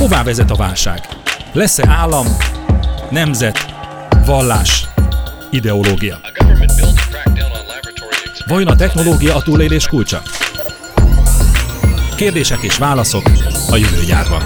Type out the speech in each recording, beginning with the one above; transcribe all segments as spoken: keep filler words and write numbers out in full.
Hová vezet a válság? Lesz-e állam, nemzet, vallás, ideológia? Vajon a technológia a túlélés kulcsa? Kérdések és válaszok a jövőgyárban.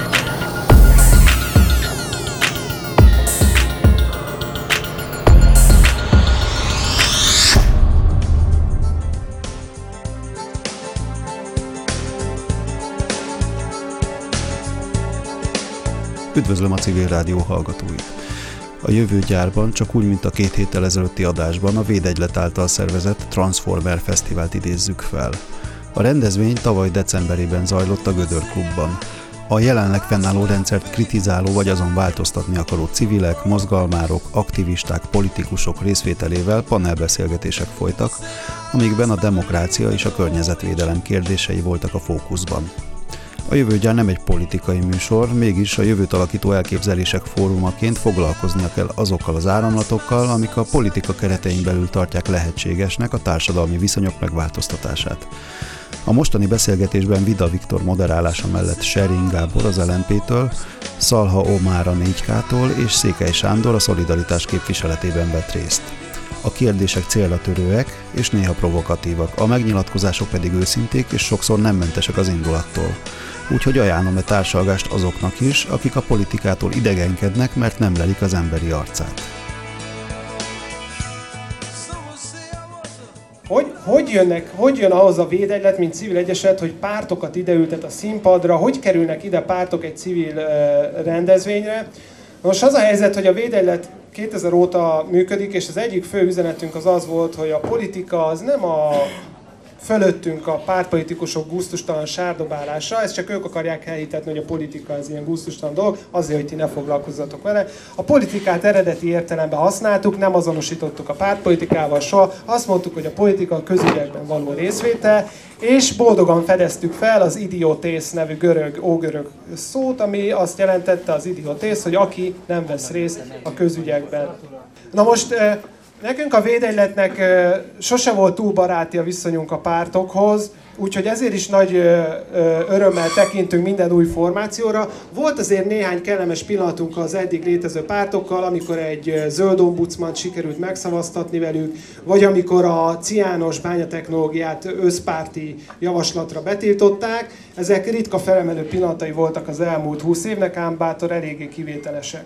Üdvözlöm a Civil Rádió hallgatóit! A jövőgyárban, csak úgy, mint a két héttel ezelőtti adásban, a Védegylet által szervezett Transformer Fesztivált idézzük fel. A rendezvény tavaly decemberében zajlott a Gödör Klubban. A jelenleg fennálló rendszert kritizáló vagy azon változtatni akaró civilek, mozgalmárok, aktivisták, politikusok részvételével panelbeszélgetések folytak, amikben a demokrácia és a környezetvédelem kérdései voltak a fókuszban. A jövőgyár nem egy politikai műsor, mégis a jövőt alakító elképzelések fórumaként foglalkoznia kell azokkal az áramlatokkal, amik a politika keretein belül tartják lehetségesnek a társadalmi viszonyok megváltoztatását. A mostani beszélgetésben Vida Viktor moderálása mellett Sherin Gábor az el em pé-től, Szalha Omar a négy ká-tól és Székely Sándor a Szolidaritás képviseletében vett részt. A kérdések célra törőek és néha provokatívak, a megnyilatkozások pedig őszinték és sokszor nem mentesek az indulattól. Úgyhogy ajánlom a társalgást azoknak is, akik a politikától idegenkednek, mert nem lelik az emberi arcát. Hogy, hogy, jönnek, hogy jön ahhoz a Védegylet, mint civil egyesület, hogy pártokat ideültet a színpadra, hogy kerülnek ide pártok egy civil uh, rendezvényre? Most az a helyzet, hogy a Védegylet kétezer óta működik, és az egyik fő üzenetünk az az volt, hogy a politika az nem a fölöttünk a pártpolitikusok gusztustalan sárdobálása, ezt csak ők akarják elhitetni, hogy a politika az ilyen gusztustalan dolog, azért, hogy ti ne foglalkozzatok vele. A politikát eredeti értelemben használtuk, nem azonosítottuk a pártpolitikával soha, azt mondtuk, hogy a politika a közügyekben való részvétel, és boldogan fedeztük fel az idiotész nevű görög, ógörög szót, ami azt jelentette az idiotész, hogy aki nem vesz részt a közügyekben. Na most nekünk a Védegyletnek sose volt túl baráti a viszonyunk a pártokhoz, úgyhogy ezért is nagy örömmel tekintünk minden új formációra. Volt azért néhány kellemes pillanatunk az eddig létező pártokkal, amikor egy zöld ombudsmant sikerült megszavaztatni velük, vagy amikor a ciános bányatechnológiát összpárti javaslatra betiltották. Ezek ritka felemelő pillanatai voltak az elmúlt húsz évnek, ám bátor eléggé kivételesek.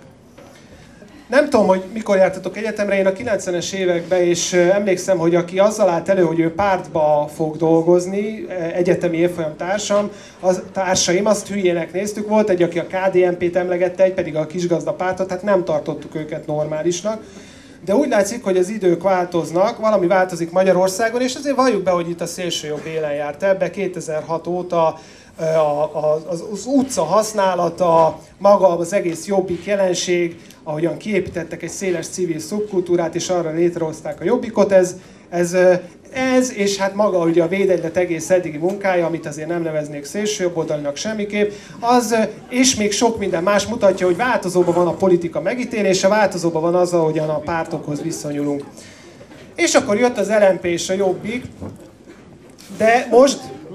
Nem tudom, hogy mikor jártatok egyetemre, én a kilencvenes években, és emlékszem, hogy aki azzal állt elő, hogy ő pártba fog dolgozni, egyetemi évfolyam társam, az, társaim, azt hülyének néztük. Volt egy, aki a ká dé en pét emlegette, egy pedig a kisgazdapártot, tehát nem tartottuk őket normálisnak. De úgy látszik, hogy az idők változnak, valami változik Magyarországon, és azért valljuk be, hogy itt a szélsőjobb élen járt ebbe. kétezer-hat óta a, a, az, az utca használata, maga az egész jobbik jelenség, ahogyan kiépítettek egy széles civil szubkultúrát, és arra létrehozták a Jobbikot, ez, ez, ez és hát maga ugye a Védegylet egész eddigi munkája, amit azért nem neveznék szélsőjobboldalinak semmiképp, az, és még sok minden más mutatja, hogy változóban van a politika megítélése, változóban van az, ahogyan a pártokhoz viszonyulunk. És akkor jött az el em pé és a Jobbik, de most...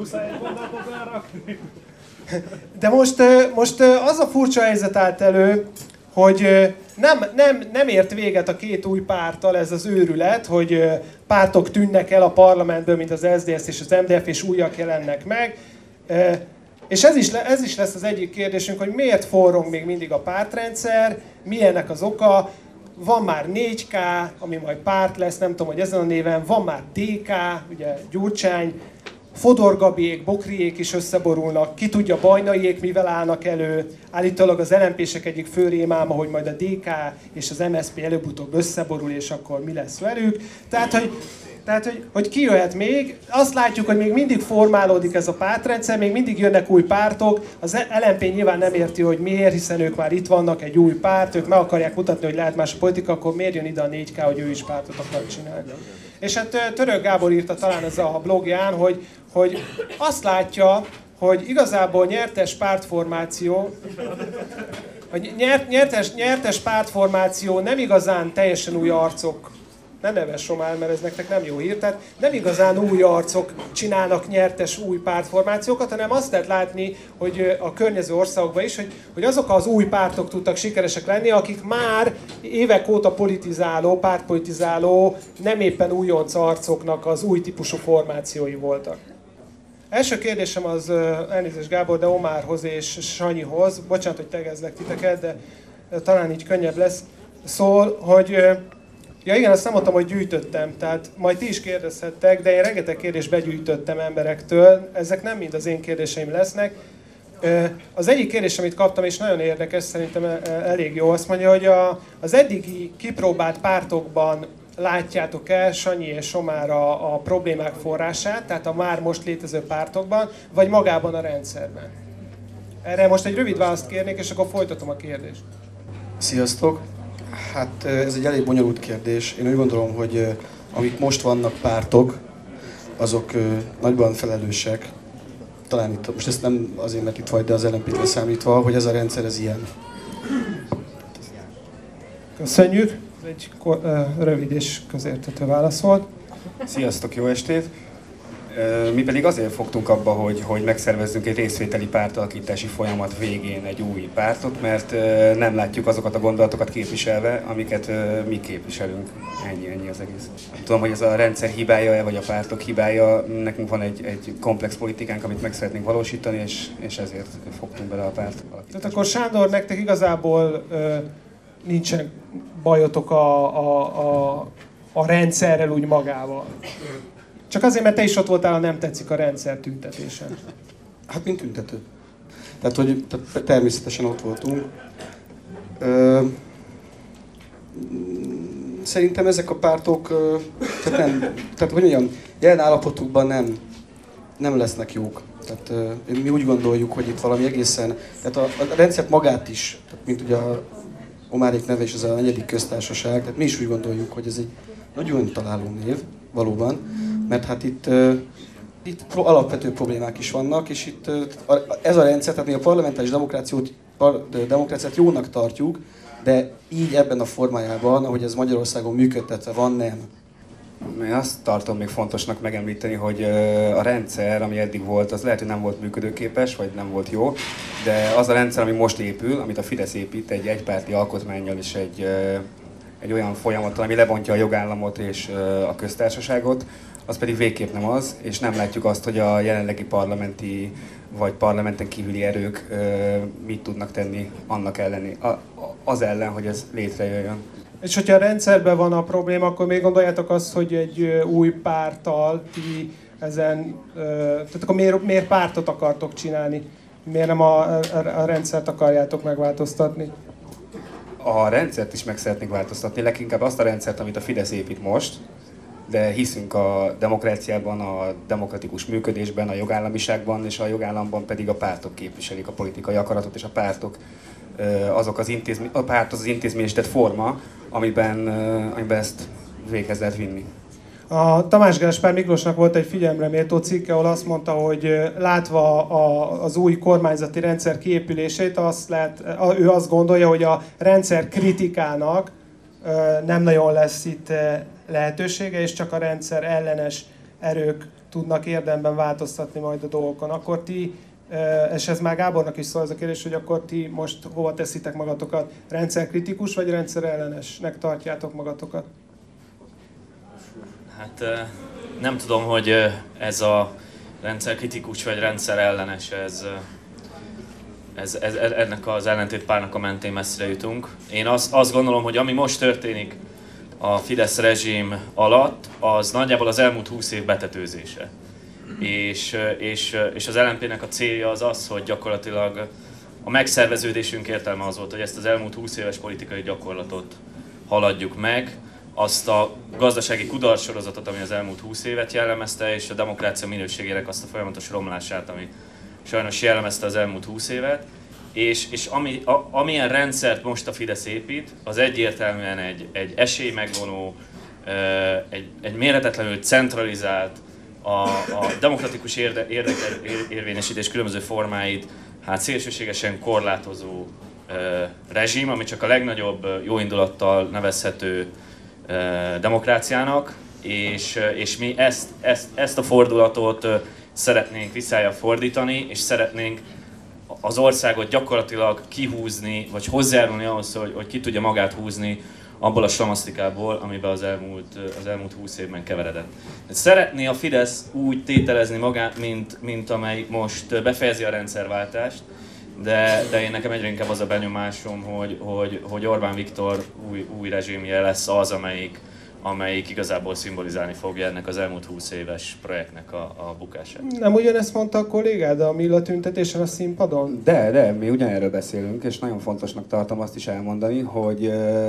De most, most az a furcsa helyzet állt elő, hogy nem, nem, nem ért véget a két új párttal ez az őrület, hogy pártok tűnnek el a parlamentből, mint az es zé dé es és az em dé ef, és újak jelennek meg. És ez is, ez is lesz az egyik kérdésünk, hogy miért forrong még mindig a pártrendszer, mi ennek az oka. Van már négy ká, ami majd párt lesz, nem tudom, hogy ezen a néven, van már dé ká, ugye Gyurcsány, Fodor Gabiék, Bokriék is összeborulnak, ki tudja Bajnaiék mivel állnak elő, állítólag az el em pések egyik fő rémáma, hogy majd a dé ká és az em es zé pé előbb-utóbb összeborul, és akkor mi lesz velük. Tehát, hogy, tehát hogy, hogy ki jöhet még, azt látjuk, hogy még mindig formálódik ez a pártrendszer, még mindig jönnek új pártok, az el em pé nyilván nem érti, hogy miért, hiszen ők már itt vannak, egy új párt, ők meg akarják mutatni, hogy lehet más a politika, akkor miért jön ide a négy ká, hogy ő is pártot akar csinálni. És hát Török Gábor írta talán ez a blogján, hogy, hogy azt látja, hogy igazából nyertes pártformáció, hogy nyert, nyertes, nyertes pártformáció nem igazán teljesen új arcok ne nevessem el, mert ez nektek nem jó hír. Tehát nem igazán új arcok csinálnak nyertes új pártformációkat, hanem azt lehet látni, hogy a környező országokban is, hogy, hogy azok az új pártok tudtak sikeresek lenni, akik már évek óta politizáló, pártpolitizáló, nem éppen újonc arcoknak az új típusú formációi voltak. Első kérdésem az, elnézést Gábor, de Omárhoz és Sanyihoz, bocsánat, hogy tegezlek titeket, de talán így könnyebb lesz, szól, hogy ja igen, azt nem mondtam, hogy gyűjtöttem, tehát majd ti is kérdezhettek, de én rengeteg kérdést begyűjtöttem emberektől, ezek nem mind az én kérdéseim lesznek. Az egyik kérdés, amit kaptam, és nagyon érdekes, szerintem elég jó, azt mondja, hogy a, az eddigi kipróbált pártokban látjátok-e Sanyi és Somár a, a problémák forrását, tehát a már most létező pártokban, vagy magában a rendszerben? Erre most egy rövid választ kérnék, és akkor folytatom a kérdést. Sziasztok! Hát ez egy elég bonyolult kérdés. Én úgy gondolom, hogy amik most vannak pártok, azok nagyban felelősek. Talán itt, most ezt nem azért, mert itt vagy, de az el em pét leszámítva, hogy ez a rendszer ez ilyen. Köszönjük! Egy rövid és közérthető válasz volt. Sziasztok, jó estét! Mi pedig azért fogtunk abba, hogy, hogy megszervezzünk egy részvételi pártalakítási folyamat végén egy új pártot, mert nem látjuk azokat a gondolatokat képviselve, amiket mi képviselünk. Ennyi, ennyi az egész. Nem tudom, hogy ez a rendszer hibája-e, vagy a pártok hibája. Nekünk van egy, egy komplex politikánk, amit meg szeretnénk valósítani, és, és ezért fogtunk bele a párt alakításba. Tehát akkor Sándor, nektek igazából ö, nincsen bajotok a, a, a, a rendszerrel úgy magával. Csak azért, mert te is ott voltál, ha nem tetszik a rendszer tüntetésen. Hát mint tüntető. Tehát, hogy tehát természetesen ott voltunk. Ö, szerintem ezek a pártok, ö, tehát nem, tehát hogy mondjam, jelen állapotukban nem, nem lesznek jók. Tehát ö, mi úgy gondoljuk, hogy itt valami egészen, tehát a, a rendszert magát is, tehát mint ugye a Omárék neve is az a negyedik köztársaság, tehát mi is úgy gondoljuk, hogy ez egy nagyon találó név, valóban, mert hát itt, uh, itt alapvető problémák is vannak, és itt uh, ez a rendszer, tehát mi a parlamentáris demokráciát, demokráciát jónak tartjuk, de így ebben a formájában, ahogy ez Magyarországon működtetve van, nem. Én azt tartom még fontosnak megemlíteni, hogy a rendszer, ami eddig volt, az lehet, hogy nem volt működőképes, vagy nem volt jó, de az a rendszer, ami most épül, amit a Fidesz épít, egy egypárti alkotmánnyal és egy, egy olyan folyamattal, ami lebontja a jogállamot és a köztársaságot, az pedig végképp nem az, és nem látjuk azt, hogy a jelenlegi parlamenti vagy parlamenten kívüli erők mit tudnak tenni annak elleni, az ellen, hogy ez létrejöjjön. És hogyha a rendszerben van a probléma, akkor még gondoljátok azt, hogy egy új párttal ti ezen, tehát akkor miért, miért pártot akartok csinálni? Miért nem a, a rendszert akarjátok megváltoztatni? A rendszert is meg szeretnénk változtatni, leginkább azt a rendszert, amit a Fidesz épít most, de hiszünk a demokráciában, a demokratikus működésben, a jogállamiságban, és a jogállamban pedig a pártok képviselik a politikai akaratot, és a pártok azok az intézmény, a párt az az intézményesített forma, amiben, amiben ezt véghez lehet vinni. A Tamás Gáspár Miklósnak volt egy figyelemre méltó cikke, ahol azt mondta, hogy látva a, az új kormányzati rendszer kiépülését, azt lehet, ő azt gondolja, hogy a rendszer kritikának nem nagyon lesz itt lehetősége, és csak a rendszer ellenes erők tudnak érdemben változtatni majd a dolgokon. Akkor ti, és ez már Gábornak is szól ez a kérdés, hogy akkor ti most hova teszitek magatokat? Rendszerkritikus vagy rendszer ellenesnek tartjátok magatokat? Hát nem tudom, hogy ez a rendszerkritikus vagy rendszer ellenes, ez, ez, ez, ennek az ellentétpárnak a mentén messzire jutunk. Én azt, azt gondolom, hogy ami most történik a Fidesz rezsim alatt, az nagyjából az elmúlt húsz év betetőzése. És, és, és az el em pé-nek a célja az az, hogy gyakorlatilag a megszerveződésünk értelme az volt, hogy ezt az elmúlt húsz éves politikai gyakorlatot haladjuk meg, azt a gazdasági kudarcssorozatot, ami az elmúlt húsz évet jellemezte, és a demokrácia minőségének azt a folyamatos romlását, ami sajnos jellemezte az elmúlt húsz évet. És, és ami, a, amilyen rendszert most a Fidesz épít, az egyértelműen egy, egy esélymegvonó, egy, egy méretetlenül centralizált, a, a demokratikus érde, érdekérvényesítés különböző formáit hát szélsőségesen korlátozó rezsim, ami csak a legnagyobb jóindulattal nevezhető demokráciának, és, és mi ezt, ezt, ezt a fordulatot szeretnénk visszájára fordítani, és szeretnénk az országot gyakorlatilag kihúzni, vagy hozzájárulni ahhoz, hogy, hogy ki tudja magát húzni abból a slamasztikából, amiben az elmúlt, az elmúlt húsz évben keveredett. Szeretné a Fidesz úgy tételezni magát, mint, mint amely most befejezi a rendszerváltást, de, de én nekem egyre inkább az a benyomásom, hogy, hogy, hogy Orbán Viktor új, új rezsimje lesz az, amelyik, amelyik igazából szimbolizálni fogja ennek az elmúlt húsz éves projektnek a, a bukását. Nem ugyanezt mondta a kollégád a Milla tüntetésen a színpadon? De, de, mi ugyanerről beszélünk, és nagyon fontosnak tartom azt is elmondani, hogy,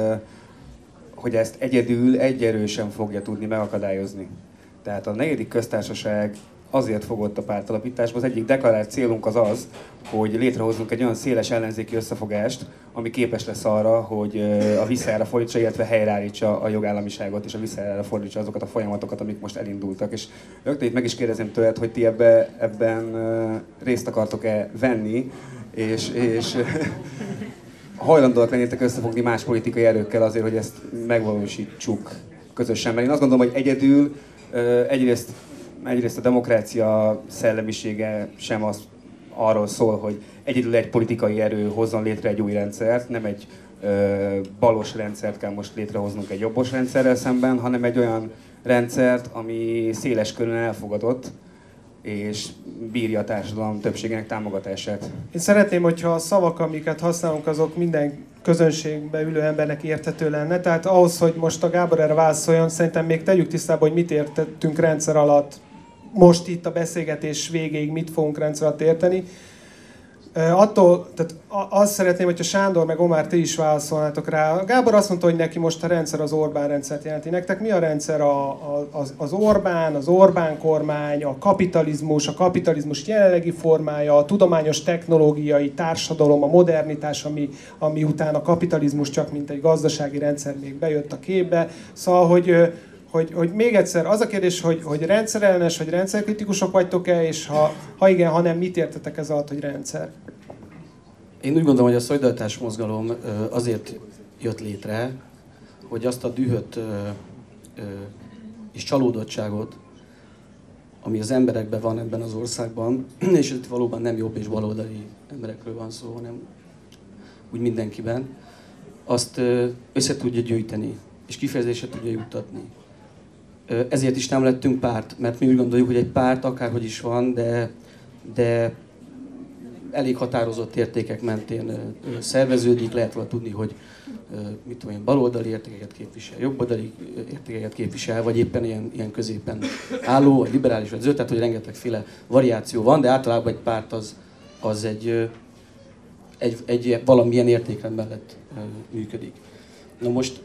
hogy ezt egyedül egy erő sem fogja tudni megakadályozni. Tehát a negyedik köztársaság azért fogott a pártalapításba. Az egyik deklarált célunk az az, hogy létrehozunk egy olyan széles ellenzéki összefogást, ami képes lesz arra, hogy a visszájára fordítsa, illetve helyreállítsa a jogállamiságot, és a visszájára fordítsa azokat a folyamatokat, amik most elindultak. És rögtön itt meg is kérdezem tőled, hogy ti ebbe, ebben részt akartok-e venni, és, és hajlandóak lennétek összefogni más politikai erőkkel azért, hogy ezt megvalósítsuk közösen. Mert én azt gondolom, hogy egyedül egyrészt Egyrészt a demokrácia szellemisége sem az arról szól, hogy egyedül egy politikai erő hozzon létre egy új rendszert, nem egy ö, balos rendszert kell most létrehoznunk egy jobbos rendszerrel szemben, hanem egy olyan rendszert, ami széles körön elfogadott, és bírja a társadalom többségének támogatását. Én szeretném, hogyha a szavak, amiket használunk, azok minden közönségbe ülő embernek érthető lenne. Tehát ahhoz, hogy most a Gábor erre válaszoljon, szerintem még tegyük tisztába, hogy mit értettünk rendszer alatt. Most itt a beszélgetés végéig mit fogunk rendszer alatt érteni. Attól, tehát azt szeretném, hogyha Sándor meg Omár, ti is válaszolnátok rá. Gábor azt mondta, hogy neki most a rendszer az Orbán rendszert jelenti. Nektek mi a rendszer? A, a, az, az Orbán, az Orbán kormány, a kapitalizmus, a kapitalizmus jelenlegi formája, a tudományos technológiai társadalom, a modernitás, ami, ami után a kapitalizmus csak mint egy gazdasági rendszer még bejött a képbe. Szóval, hogy Hogy, hogy még egyszer az a kérdés, hogy, hogy rendszerellenes vagy rendszerkritikusok vagytok-e, és ha, ha igen, ha nem, mit értetek ez alatt, hogy rendszer? Én úgy gondolom, hogy a szolidaritás mozgalom azért jött létre, hogy azt a dühöt és csalódottságot, ami az emberekben van ebben az országban, és itt valóban nem jobb és baloldali emberekről van szó, hanem úgy mindenkiben, azt össze tudja gyűjteni, és kifejezésre tudja juttatni. Ezért is nem lettünk párt, mert mi úgy gondoljuk, hogy egy párt akárhogy is van, de, de elég határozott értékek mentén szerveződik, lehet volna tudni, hogy mit tudom én, baloldali értékeket képvisel, jobboldali értékeket képvisel, vagy éppen ilyen, ilyen középen álló, vagy liberális, vagy zöld, tehát hogy rengetegféle variáció van, de általában egy párt az, az egy, egy, egy valamilyen értékrend mellett működik. Na most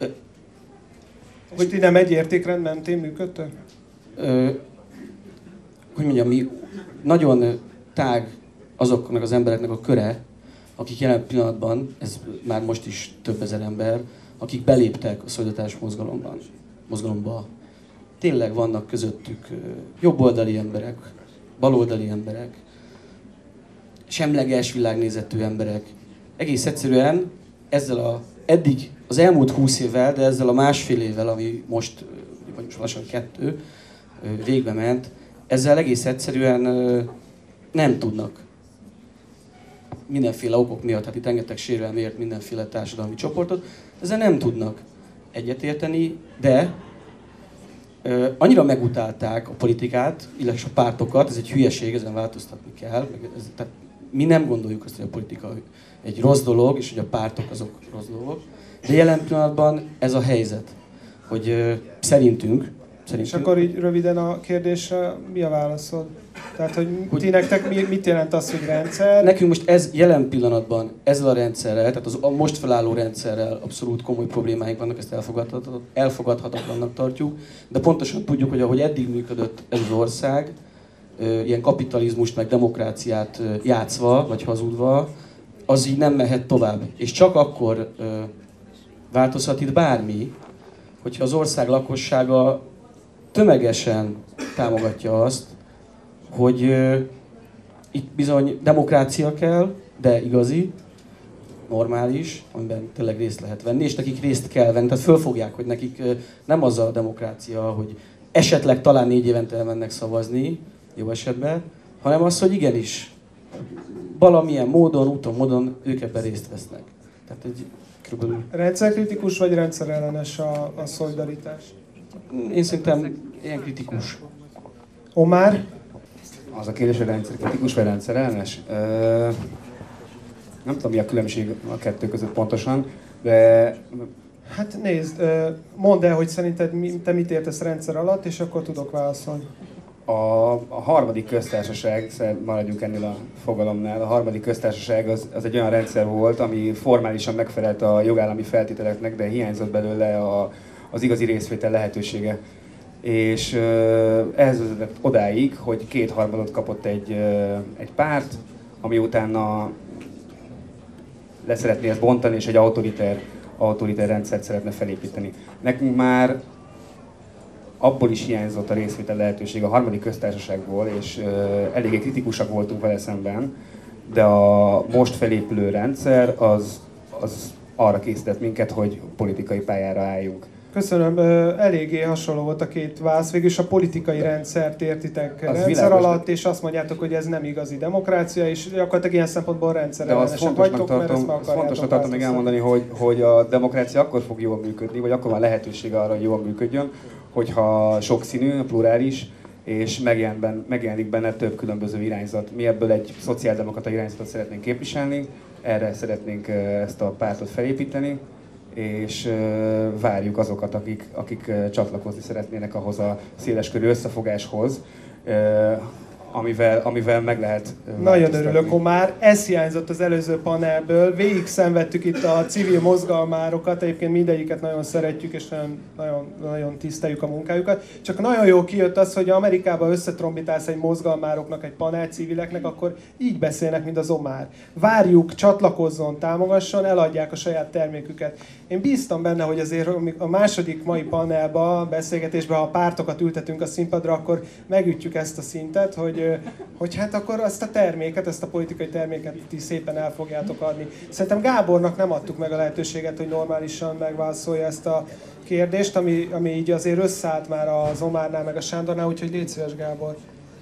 hogy ti nem egy értékrend mentén működtök? Ö, hogy mondjam, mi nagyon tág azoknak az embereknek a köre, akik jelen pillanatban, ez már most is több ezer ember, akik beléptek a szolidaritás mozgalomban, mozgalomba. Tényleg vannak közöttük jobboldali emberek, baloldali emberek, semleges világnézetű emberek. Egész egyszerűen ezzel a eddig az elmúlt húsz évvel, de ezzel a másfél évvel, ami most, vagy most lassan kettő, végbe ment, ezzel egész egyszerűen nem tudnak mindenféle okok miatt, hát itt rengeteg sérelem ért mindenféle társadalmi csoportot, ezzel nem tudnak egyetérteni, de ö, annyira megutálták a politikát, illetve a pártokat, ez egy hülyeség, ezen változtatni kell. Ez, tehát mi nem gondoljuk azt, hogy a politika egy rossz dolog, és hogy a pártok azok rossz dolgok. De jelen pillanatban ez a helyzet, hogy ö, szerintünk, szerintünk... És akkor így röviden a kérdésre mi a válaszod? Tehát, hogy, hogy ti nektek mi, mit jelent az, hogy rendszer? Nekünk most ez jelen pillanatban ezzel a rendszerrel, tehát az a most felálló rendszerrel abszolút komoly problémáink vannak, ezt elfogadhatatlannak tartjuk, de pontosan tudjuk, hogy ahogy eddig működött ez az ország, ilyen kapitalizmust meg demokráciát játszva, vagy hazudva, az így nem mehet tovább. És csak akkor változhat itt bármi, hogyha az ország lakossága tömegesen támogatja azt, hogy uh, itt bizony demokrácia kell, de igazi, normális, amiben tényleg részt lehet venni, és nekik részt kell venni. Tehát fölfogják, hogy nekik nem az a demokrácia, hogy esetleg talán négy évente elmennek szavazni, jó esetben, hanem az, hogy igenis, valamilyen módon, úton, módon ők ebben részt vesznek. Tehát egy körülbelül... Rendszerkritikus vagy rendszerellenes a, a szolidaritás? Én szerintem ilyen kritikus. Omár? Az a kérdés, hogy rendszerkritikus vagy rendszerellenes? Ö, nem tudom, mi a különbség a kettő között pontosan, de... Hát nézd, mondd el, hogy szerinted te mit értesz rendszer alatt, és akkor tudok válaszolni. A, a harmadik köztársaság, maradjunk ennél a fogalomnál, a harmadik köztársaság az, az egy olyan rendszer volt, ami formálisan megfelelt a jogállami feltételeknek, de hiányzott belőle a, az igazi részvétel lehetősége. És ehhez vezetett odáig, hogy kétharmadot kapott egy, egy párt, ami utána le szeretné ezt bontani, és egy autoriter, autoriter rendszert szeretne felépíteni. Nekünk már abból is hiányzott a részvétel lehetőség a harmadik köztársaságból, és uh, eléggé kritikusak voltunk vele szemben, de a most felépülő rendszer az, az arra készített minket, hogy politikai pályára álljunk. Köszönöm, eléggé hasonló volt a két válasz. Végülis a politikai rendszert értitek az rendszer világos, alatt, és azt mondjátok, hogy ez nem igazi demokrácia, és gyakorlatilag ilyen szempontból rendszerellenesek vagytok, mert ezt meg akarjátok. Fontosnak tartom még elmondani, hogy, hogy a demokrácia akkor fog jól működni, vagy akkor van lehetősége arra, hogy jól működjön, hogyha sokszínű, plurális, és megjelenik benne több különböző irányzat. Mi ebből egy szociáldemokrata irányzatot szeretnénk képviselni, erre szeretnénk ezt a pártot felépíteni, és várjuk azokat, akik, akik csatlakozni szeretnének ahhoz a széleskörű összefogáshoz, amivel, amivel meg lehet Nagyon örülök, Omár. Ez hiányzott az előző panelből. Végig szenvedtük itt a civil mozgalmárokat, egyébként mindegyiket nagyon szeretjük, és nagyon, nagyon, nagyon tiszteljük a munkájukat. Csak nagyon jó kijött az, hogy Amerikában összetrombitálsz egy mozgalmároknak, egy panel civileknek, akkor így beszélnek, mint az Omár. Várjuk, csatlakozzon, támogasson, eladják a saját terméküket. Én bíztam benne, hogy azért a második mai panelban, beszélgetésben, ha a pártokat ültetünk a színpadra, akkor megütjük ezt a szintet, hogy hogy hát akkor azt a terméket, ezt a politikai terméket ti szépen el fogjátok adni. Szerintem Gábornak nem adtuk meg a lehetőséget, hogy normálisan megválaszolja ezt a kérdést, ami, ami így azért összeállt már az Omárnál, meg a Sándornál, úgyhogy légy szíves, Gábor.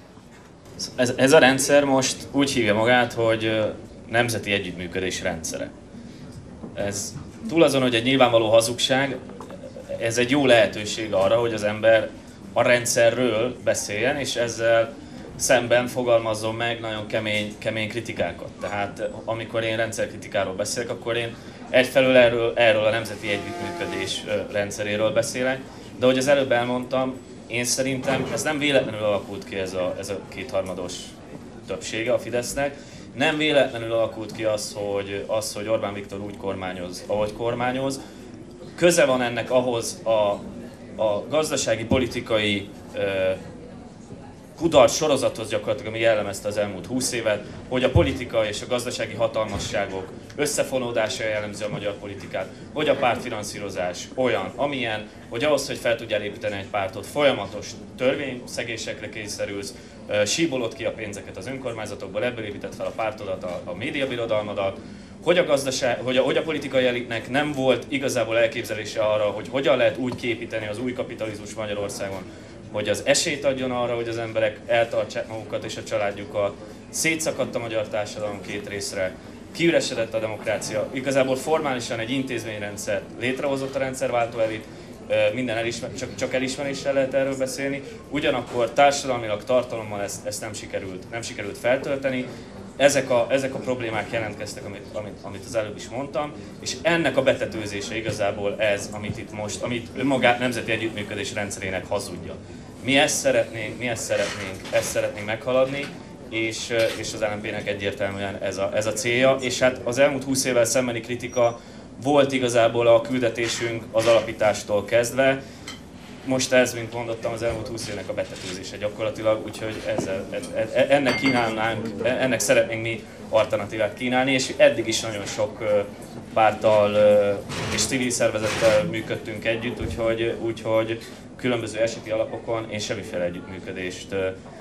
Ez, ez a rendszer most úgy hívja magát, hogy nemzeti együttműködés rendszere. Ez túl azon, hogy egy nyilvánvaló hazugság, ez egy jó lehetőség arra, hogy az ember a rendszerről beszéljen, és ezzel szemben fogalmazzon meg nagyon kemény, kemény kritikákat. Tehát amikor én rendszerkritikáról beszélek, akkor én egyfelől erről, erről a nemzeti együttműködés rendszeréről beszélek, de ahogy az előbb elmondtam, én szerintem ez nem véletlenül alakult ki ez a, ez a kétharmados többsége a Fidesznek. Nem véletlenül alakult ki az, hogy, az, hogy Orbán Viktor úgy kormányoz, ahogy kormányoz. Köze van ennek ahhoz a, a gazdasági, politikai kudarc sorozathoz gyakorlatilag, ami jellemezte az elmúlt húsz évet, hogy a politika és a gazdasági hatalmasságok összefonódása jellemzi a magyar politikát, hogy a pártfinanszírozás olyan, amilyen, hogy ahhoz, hogy fel tudjál építeni egy pártot, folyamatos törvényszegésekre kényszerülsz, síbolod ki a pénzeket az önkormányzatokból, ebből épített fel a pártodat, a, a médiabirodalmadat, hogy a, gazdaság, hogy, a, hogy a politikai elitnek nem volt igazából elképzelése arra, hogy hogyan lehet úgy kiépíteni az új kapitalizmus Magyarországon, hogy az esélyt adjon arra, hogy az emberek eltartsák magukat és a családjukat. Szétszakadt a magyar társadalom két részre, kiüresedett a demokrácia. Igazából formálisan egy intézményrendszer létrehozott a rendszerváltó elit, minden elismer, csak, csak elismeréssel lehet erről beszélni. Ugyanakkor társadalmilag, tartalommal ezt, ezt nem sikerült, nem sikerült feltölteni. Ezek a, ezek a problémák jelentkeztek, amit, amit, amit az előbb is mondtam, és ennek a betetőzése igazából ez, amit itt most, amit önmagát nemzeti együttműködés rendszerének hazudja. Mi ezt szeretnénk, mi ezt szeretnénk, ezt szeretnénk meghaladni, és, és az el em pé-nek egyértelműen ez a, ez a célja, és hát az elmúlt húsz évvel szembeni kritika volt igazából a küldetésünk az alapítástól kezdve. Most ez, mint mondottam, az elmúlt húsz évnek a betetőzése gyakorlatilag, úgyhogy ezzel, ennek kínálnánk, ennek szeretnénk mi alternatívát kínálni, és eddig is nagyon sok párttal és civil szervezettel működtünk együtt, úgyhogy, úgyhogy különböző eseti alapokon én semmiféle együttműködést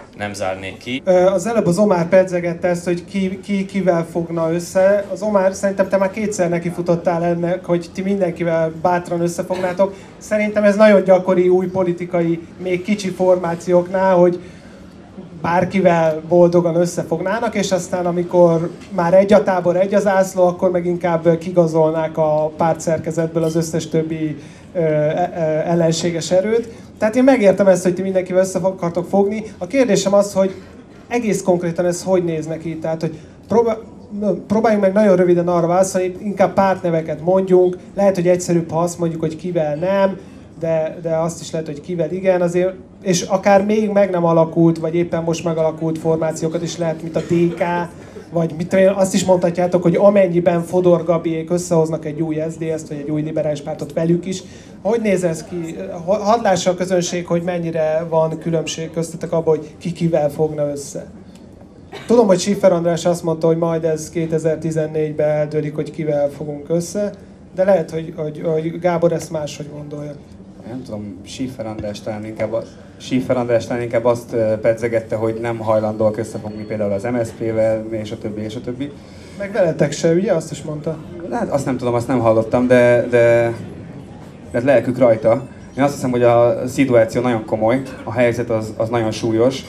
nem zárnék ki. Az előbb az Omár pedzegette ezt, hogy ki, ki kivel fogna össze. Az Omár, szerintem te már kétszer nekifutottál ennek, hogy ti mindenkivel bátran összefognátok. Szerintem ez nagyon gyakori új politikai, még kicsi formációknál, hogy bárkivel boldogan összefognának, és aztán amikor már egy a tábor, egy az ászló, akkor meg inkább kigazolnák a pártszerkezetből az összes többi ö, ö, ellenséges erőt. Tehát én megértem ezt, hogy ti mindenkivel össze akartok fogni. A kérdésem az, hogy egész konkrétan ez hogy néz neki? Tehát, hogy próbál, próbáljunk meg nagyon röviden arra válaszolni, inkább pártneveket mondjunk. Lehet, hogy egyszerűbb, ha azt mondjuk, hogy kivel nem, de, de azt is lehet, hogy kivel igen. Azért, és akár még meg nem alakult, vagy éppen most megalakult formációkat is lehet, mint a dé ká, vagy mit tudom én, azt is mondhatjátok, hogy amennyiben Fodor Gabiék összehoznak egy új es zé dé es-t, vagy egy új liberális pártot velük is. Hogy néz ez ki? Hadd lássa a közönség, hogy mennyire van különbség köztetek abban, hogy ki kivel fogna össze. Tudom, hogy Schiffer András azt mondta, hogy majd ez kétezer-tizennégyben eldőlik, hogy kivel fogunk össze, de lehet, hogy, hogy, hogy Gábor ezt máshogy gondolja. Nem tudom, Schiffer András talán inkább, Schiffer András talán inkább azt pedzegette, hogy nem hajlandóak összefogni például az em es zé pé-vel, és a többi, és a többi. Meg veletek se, ugye? Azt is mondta. Hát azt nem tudom, azt nem hallottam, de, de, de lelkük rajta. Én azt hiszem, hogy a szituáció nagyon komoly, a helyzet az, az nagyon súlyos.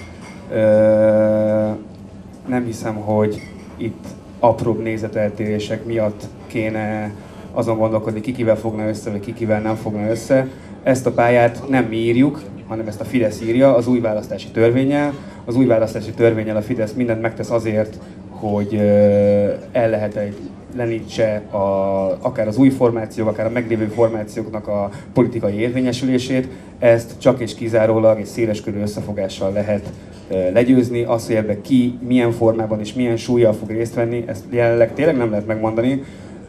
Nem hiszem, hogy itt apróbb nézeteltérések miatt kéne azon gondolkodni, ki kivel fogna össze, vagy ki kivel nem fogna össze. Ezt a pályát nem mi írjuk, hanem ezt a Fidesz írja az új választási törvénnyel. Az új választási törvénnyel a Fidesz mindent megtesz azért, hogy ellehetetlenítse a, akár az új formációk, akár a meglévő formációknak a politikai érvényesülését. Ezt csak és kizárólag egy széleskörű összefogással lehet legyőzni. Az, hogy ebben ki, milyen formában és milyen súllyal fog részt venni, ezt jelenleg tényleg nem lehet megmondani.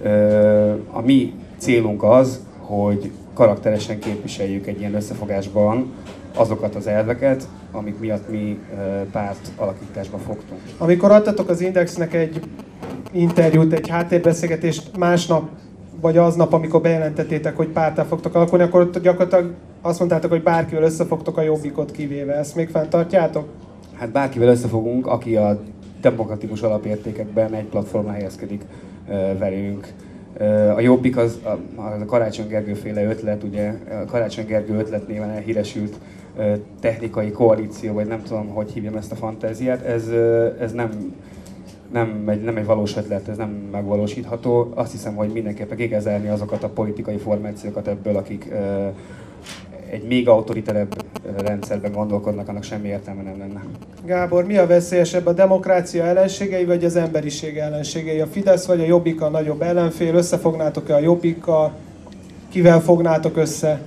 A mi célunk az, hogy karakteresen képviseljük egy ilyen összefogásban azokat az elveket, amik miatt mi párt alakításba fogtunk. Amikor adtatok az Indexnek egy interjút, egy háttérbeszélgetést másnap, vagy aznap, amikor bejelentettétek, hogy párttá fogtok alakulni, akkor ott gyakorlatilag azt mondtátok, hogy bárkivel összefogtok a Jobbikot kivéve. Ezt még fenntartjátok? Hát bárkivel összefogunk, aki a demokratikus alapértékekben egy platformra helyezkedik velünk. A Jobbik az a, az a Karácsony Gergő féle ötlet, ugye a Karácsony Gergő ötlet néven elhíresült technikai koalíció, vagy nem tudom, hogy hívjam ezt a fantáziát, ez, ez nem, nem, egy, nem egy valós ötlet, ez nem megvalósítható. Azt hiszem, hogy mindenképpen ki kell zárni azokat a politikai formációkat ebből, akik egy még autoriterebb rendszerben gondolkodnak, annak semmi értelme nem lenne. Gábor, mi a veszélyesebb, a demokrácia ellenségei, vagy az emberiség ellenségei? A Fidesz vagy a Jobbik a nagyobb ellenfél? Összefognátok-e a Jobbikkal? Kivel fognátok össze?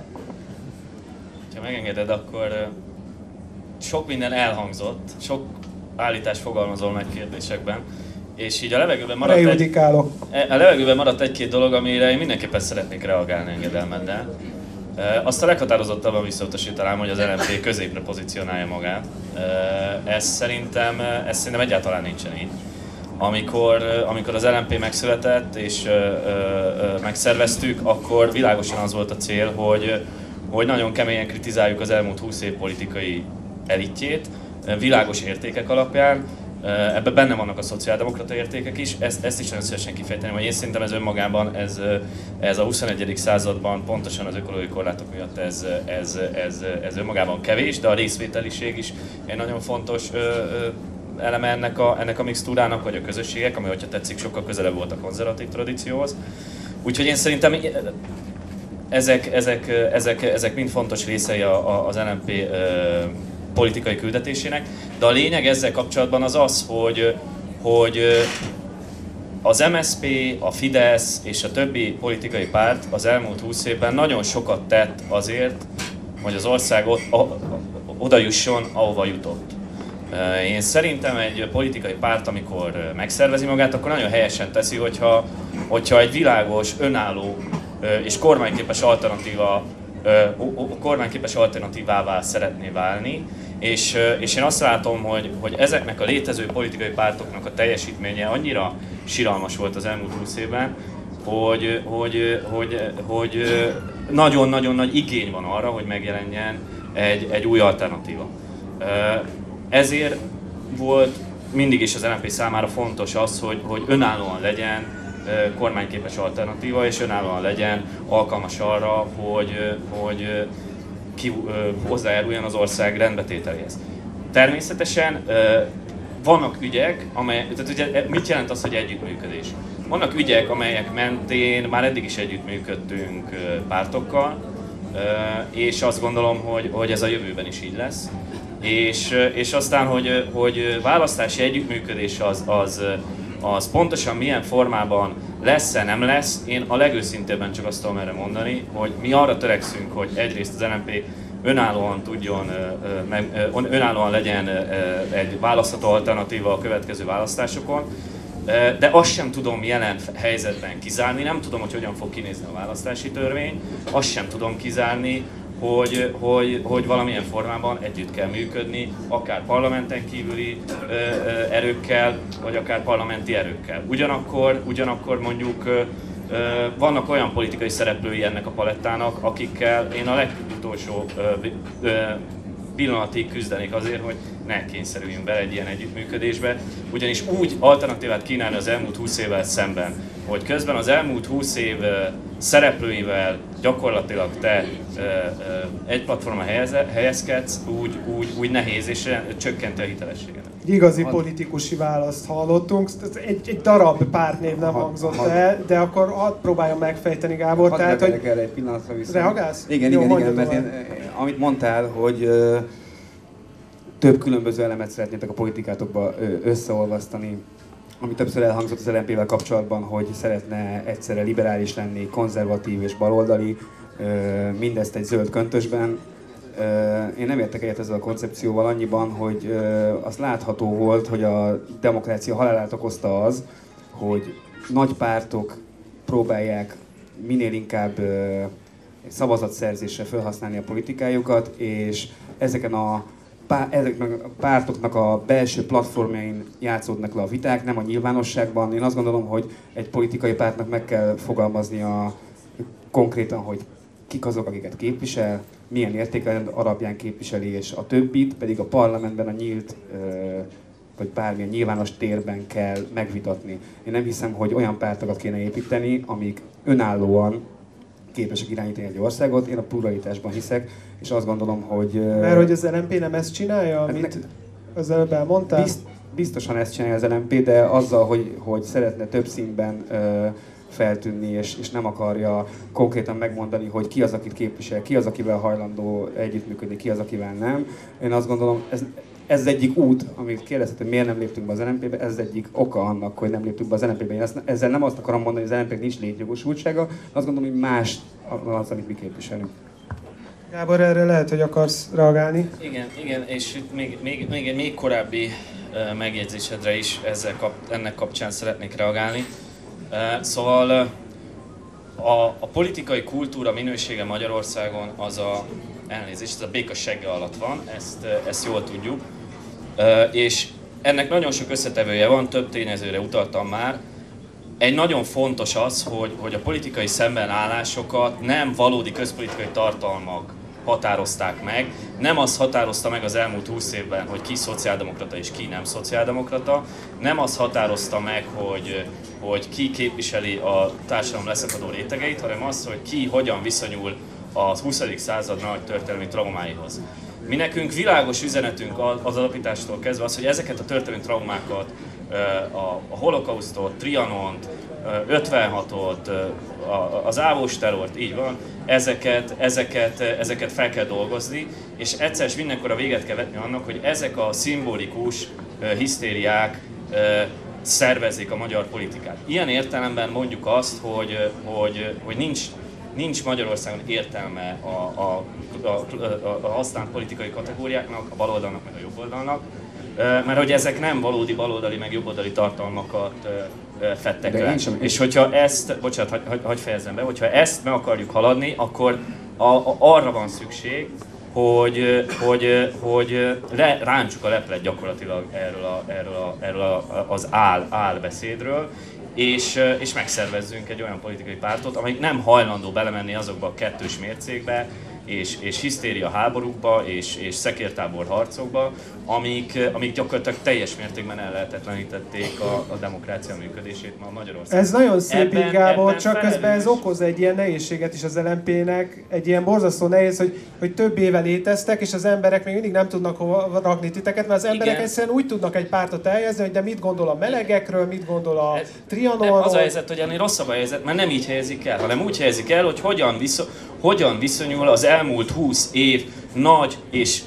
Ha megengeded, akkor sok minden elhangzott, sok állítás fogalmazol meg kérdésekben, és így a levegőben maradt, egy, a levegőben maradt egy-két dolog, amire én mindenképpen szeretnék reagálni engedelmeddel. Azt a leghatározottabban visszautasítanám, hogy az el em pé középre pozícionálja magát. Ez szerintem, ez szerintem egyáltalán nincsen így. Amikor, amikor az el em pé megszületett és ö, ö, megszerveztük, akkor világosan az volt a cél, hogy, hogy nagyon keményen kritizáljuk az elmúlt húsz év politikai elitjét, világos értékek alapján. Ebben benne vannak a szociáldemokrata értékek is, ezt, ezt is nagyon szívesen kifejteném, hogy én szerintem ez önmagában, ez, ez a huszonegyedik században pontosan az ökológiai korlátok miatt ez, ez, ez, ez önmagában kevés, de a részvételiség is egy nagyon fontos ö, ö, eleme ennek a, ennek a mixtúrának, vagy a közösségek, ami, hogyha tetszik, sokkal közelebb volt a konzervatív tradícióhoz. Úgyhogy én szerintem ezek, ezek, ezek, ezek mind fontos részei a, a, az el em pé ö, politikai küldetésének, de a lényeg ezzel kapcsolatban az az, hogy, hogy az em es zé pé, a Fidesz és a többi politikai párt az elmúlt húsz évben nagyon sokat tett azért, hogy az ország oda jusson, ahova jutott. Én szerintem egy politikai párt, amikor megszervezi magát, akkor nagyon helyesen teszi, hogyha, hogyha egy világos, önálló és kormányképes alternatíva, kormányképes alternatívává szeretné válni. És, és én azt látom, hogy, hogy ezeknek a létező politikai pártoknak a teljesítménye annyira siralmas volt az elmúlt húsz évben, hogy, hogy, hogy, hogy nagyon-nagyon nagy igény van arra, hogy megjelenjen egy, egy új alternatíva. ezért volt mindig is az el em pé számára fontos az, hogy, hogy önállóan legyen kormányképes alternatíva, és önállóan legyen alkalmas arra, hogy, hogy ki, hozzájáruljon az ország rendbetételéhez. Természetesen vannak ügyek, amelyek, tehát ugye mit jelent az, hogy együttműködés? Vannak ügyek, amelyek mentén már eddig is együttműködtünk pártokkal, és azt gondolom, hogy, hogy ez a jövőben is így lesz. És, és aztán, hogy, hogy választási együttműködés az, az, az pontosan milyen formában lesz-e, nem lesz, én a legőszintébben csak azt tudom erre mondani, hogy mi arra törekszünk, hogy egyrészt az el em pé önállóan tudjon, önállóan legyen egy választható alternatíva a következő választásokon, de azt sem tudom jelen helyzetben kizárni, nem tudom, hogy hogyan fog kinézni a választási törvény, azt sem tudom kizárni, hogy, hogy, hogy valamilyen formában együtt kell működni, akár parlamenten kívüli ö, ö, erőkkel, vagy akár parlamenti erőkkel. Ugyanakkor, ugyanakkor mondjuk ö, ö, vannak olyan politikai szereplői ennek a palettának, akikkel én a legutolsó ö, ö, pillanatig küzdenék azért, hogy ne kényszerüljünk bele egy ilyen együttműködésbe, ugyanis úgy alternatívát kínálni az elmúlt húsz évvel szemben, hogy közben az elmúlt húsz év szereplőivel gyakorlatilag te egy platformon helyezkedsz, úgy, úgy, úgy nehéz és csökkenti a hitelességet. Igazi had... politikusi választ hallottunk, egy, egy darab pártnév nem had, hangzott had... el, de akkor hadd próbáljam megfejteni, Gábor. Hadd tehát, hogy... erre egy pillanatra vissza. Reagálsz? Igen, Jó, igen, igen, mert én, amit mondtál, hogy ö, több különböző elemet szeretnétek a politikátokba ö, összeolvasztani, ami többször elhangzott az el em pével kapcsolatban, hogy szeretne egyszerre liberális lenni, konzervatív és baloldali, mindezt egy zöld köntösben. Én nem értek egyet ezzel a koncepcióval annyiban, hogy az látható volt, hogy a demokrácia halálát okozta az, hogy nagy pártok próbálják minél inkább szavazatszerzésre felhasználni a politikájukat, és ezeken a ezeknek a pártoknak a belső platformjain játszódnak le a viták, nem a nyilvánosságban. Én azt gondolom, hogy egy politikai pártnak meg kell fogalmaznia konkrétan, hogy kik azok, akiket képvisel, milyen értékrend alapján képviseli, és a többit pedig a parlamentben a nyílt, vagy bármilyen nyilvános térben kell megvitatni. Én nem hiszem, hogy olyan pártokat kéne építeni, amik önállóan képesek irányítani egy országot. Én a pluralitásban hiszek, és azt gondolom, hogy... Mert hogy az el em pé nem ezt csinálja, amit az előbb elmondtál? Bizt, biztosan ezt csinálja az el em pé, de azzal, hogy, hogy szeretne több színben ö, feltűnni, és, és nem akarja konkrétan megmondani, hogy ki az, akit képvisel, ki az, akivel hajlandó együttműködni, ki az, akivel nem. Én azt gondolom, ez, ez az egyik út, amit kérdezted, hogy miért nem léptünk be az el em pébe, ez az egyik oka annak, hogy nem léptünk be az el em pébe. Én ezt, ezzel nem azt akarom mondani, hogy az el em pének nincs létjogosultsága, azt gondolom, hogy más az, amit mi képviselünk. Gábor, erre lehet, hogy akarsz reagálni? Igen, igen, és még, még, még egy még korábbi uh, megjegyzésedre is ezzel kap, ennek kapcsán szeretnék reagálni. Uh, szóval uh, a, a politikai kultúra minősége Magyarországon az a elnézést, ez a béka segge alatt van, ezt, uh, ezt jól tudjuk. Uh, és ennek nagyon sok összetevője van, több tényezőre utaltam már. Egy nagyon fontos az, hogy, hogy a politikai szembenállásokat nem valódi közpolitikai tartalmak határozták meg. Nem az határozta meg az elmúlt húsz évben, hogy ki szociáldemokrata és ki nem szociáldemokrata. Nem az határozta meg, hogy, hogy ki képviseli a társadalom leszakadó rétegeit, hanem az, hogy ki hogyan viszonyul a huszadik század nagy történelmi traumáihoz. Mi nekünk világos üzenetünk az alapítástól kezdve az, hogy ezeket a történelmi traumákat, a holokausztot, Trianont, ötvenhatot, az ávós terrort, így van, ezeket, ezeket, ezeket fel kell dolgozni, és egyszer és mindenkor véget kell vetni annak, hogy ezek a szimbolikus hisztériák szervezik a magyar politikát. Ilyen értelemben mondjuk azt, hogy, hogy, hogy nincs, nincs Magyarországon értelme a, a, a, a, a használt politikai kategóriáknak, a baloldalnak meg a jobboldalnak, mert hogy ezek nem valódi baloldali meg jobboldali tartalmakat fedtek le. És hogyha ezt, bocsánat, hagy, hagy, hagy fejezzem be, hogyha ezt meg akarjuk haladni, akkor a, a, arra van szükség, hogy, hogy, hogy le, rántsuk a leplet gyakorlatilag erről, a, erről, a, erről a, az áll, álbeszédről, és, és megszervezzünk egy olyan politikai pártot, amelyik nem hajlandó belemenni azokba a kettős mércékbe, és, és hisztéria háborúkba, és, és szekértábor harcokba, amik, amik gyakorlatilag teljes mértékben ellehetetlenítették a, a demokrácia működését ma Magyarországon. Ez nagyon szép, ebben, Gábor, ebben csak felelős. közben ez okoz egy ilyen nehézséget is az el em pének, egy ilyen borzasztó nehéz, hogy, hogy több éve léteztek, és az emberek még mindig nem tudnak hova rakni titeket, mert az emberek Igen. egyszerűen úgy tudnak egy pártot elhelyezni, hogy de mit gondol a melegekről, mit gondol a Ez- Trianonról. Nem, az a helyzet, hogy ennél rosszabb a helyzet, mert nem így helyezik el, hanem úgy helyezik el, hogy hogyan, viszony, hogyan viszonyul az elmúlt húsz év nagy és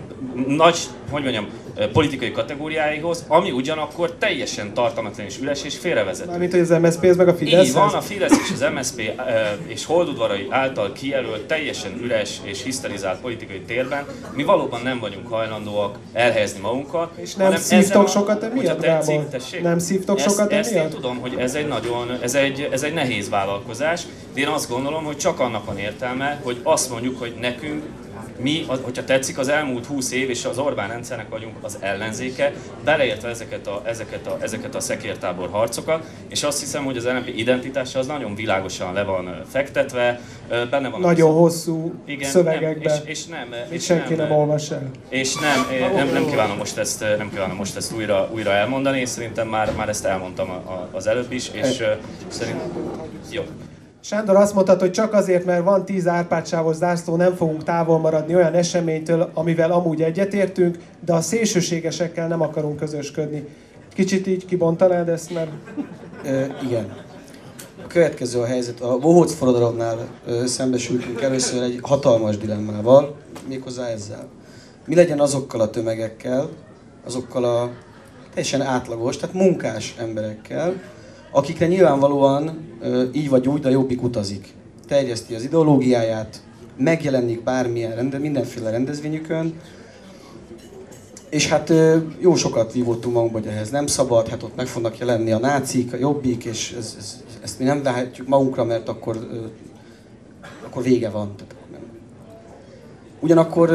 nagy, hogy mondjam, politikai kategóriáihoz, ami ugyanakkor teljesen tartalmatlan és üres és félrevezető. Mármint, hogy az em es zé pé-hez meg a Fidesz. Így van, a Fidesz és az em es zé pé és holdudvarai által kijelölt teljesen üres és hiszterizált politikai térben mi valóban nem vagyunk hajlandóak elhelyezni magunkat. És nem hanem szívtok ezen sokat hogyha emiatt, tetszik, Gábor? tessék, Nem szívtok ezt, sokat ezt én emiatt? tudom, hogy ez egy nagyon, ez egy, ez egy nehéz vállalkozás, de én azt gondolom, hogy csak annak van értelme, hogy azt mondjuk, hogy nekünk mi, hogyha tetszik, az elmúlt húsz év és az Orbán rendszernek vagyunk az ellenzéke, beleértve ezeket a, ezeket a, ezeket a szekértábor harcokat, és azt hiszem, hogy az el em pé identitása az nagyon világosan le van fektetve, benne van Nagyon az, hosszú igen, szövegekben, nem, és, és nem, és és senki nem, nem olvas el. és nem, nem, nem, kívánom most ezt, nem kívánom most ezt újra, újra elmondani, és szerintem már, már ezt elmondtam a, a, az előbb is, és uh, szerintem jó. Sándor azt mondta, hogy csak azért, mert van tíz árpádsávos zászló, nem fogunk távol maradni olyan eseménytől, amivel amúgy egyetértünk, de a szélsőségesekkel nem akarunk közösködni. Kicsit így kibontanád ezt, mert... E, igen. A következő a helyzet. A Bohóc forradalomnál e, szembesültünk először egy hatalmas dilemmával, méghozzá ezzel. Mi legyen azokkal a tömegekkel, azokkal a teljesen átlagos, tehát munkás emberekkel, akikre nyilvánvalóan így vagy úgy, de Jobbik utazik. Terjeszti az ideológiáját, megjelenik bármilyen, rende, mindenféle rendezvényükön, és hát jó sokat vívottunk magunkba, hogy ehhez nem szabad, hát ott meg fognak jelenni a nácik, a Jobbik, és ez, ez, ezt mi nem vehetjük magunkra, mert akkor, akkor vége van. Ugyanakkor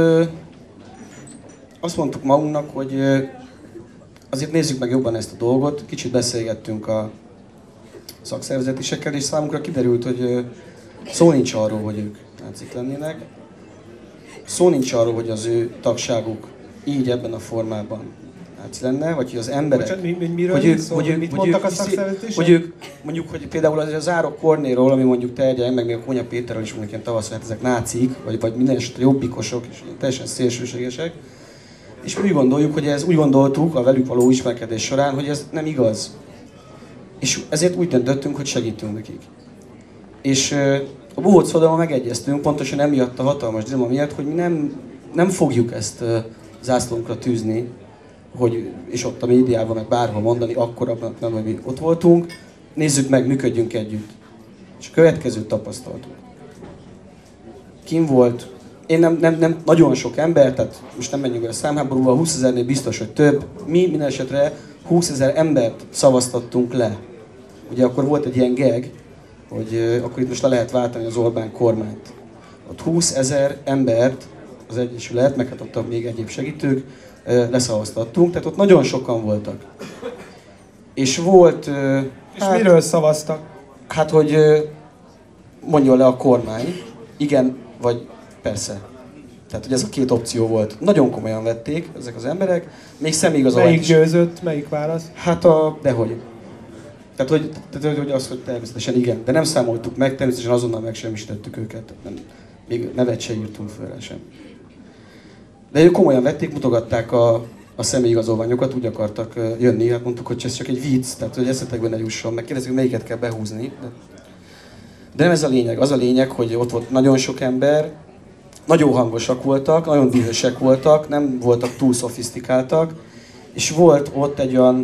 azt mondtuk magunknak, hogy azért nézzük meg jobban ezt a dolgot, kicsit beszélgettünk a szakszervezetisekkel, és számunkra kiderült, hogy szó nincs arról, hogy ők nácik lennének. Szó nincs arról, hogy az ő tagságuk így ebben a formában náci lenne, vagy hogy az emberek... Bocsánat, mi, mi, miről hogy ők, szó? hogy ők, Mit hogy mondtak ők, a szakszervezetések? Hogy ők, mondjuk, hogy például az Árok Kornéról, ami mondjuk terjed, meg még a Kónya Péterről is mondjuk ilyen tavasz, hát ezek nácik, vagy, vagy minden esetre jobbikosok, és teljesen szélsőségesek. És mi úgy gondoljuk, hogy ez úgy gondoltuk a velük való ismerkedés során, hogy ez nem igaz. És ezért úgy döntöttünk, hogy segítünk nekik. És a Bohóc forradalommal megegyeztünk, pontosan emiatt a hatalmas dilemma miatt, hogy mi nem, nem fogjuk ezt zászlónkra tűzni, hogy, és ott a médiában, meg bárhol mondani, akkor abban nem, hogy mi ott voltunk, nézzük meg, működjünk együtt. És a következőt tapasztaltuk. Kim volt, én nem, nem, nem nagyon sok ember, tehát most nem menjünk el a számháborúval, húszezernél biztos, hogy több. Mi minden esetre húszezer embert szavaztattunk le. Ugye akkor volt egy ilyen gag, hogy uh, akkor itt most le lehet váltani az Orbán kormányt. Ott húszezer embert az Egyesület, meg hát ott még egyéb segítők uh, leszavaztattunk, tehát ott nagyon sokan voltak. És volt... Uh, És hát, miről szavaztak? Hát, hogy uh, mondjon le a kormány, igen, vagy persze. Tehát, hogy ez a két opció volt. Nagyon komolyan vették ezek az emberek, még személyigazolást Melyik is. győzött? Melyik válasz? Hát a... dehogy. Tehát, hogy, tehát, hogy az, hogy természetesen igen. De nem számoltuk meg, természetesen azonnal megsemmisítettük őket. Nem, még nevet se írtunk föl rá sem. De ők komolyan vették, mutogatták a, a személyigazolványokat, úgy akartak jönni. Hát mondtuk, hogy ez csak egy vicc, tehát hogy eszetekben ne jusson. Megkérdezzük, melyiket kell behúzni. De, de nem ez a lényeg. Az a lényeg, hogy ott volt nagyon sok ember, nagyon hangosak voltak, nagyon dühösek voltak, nem voltak túl szofisztikáltak, és volt ott egy olyan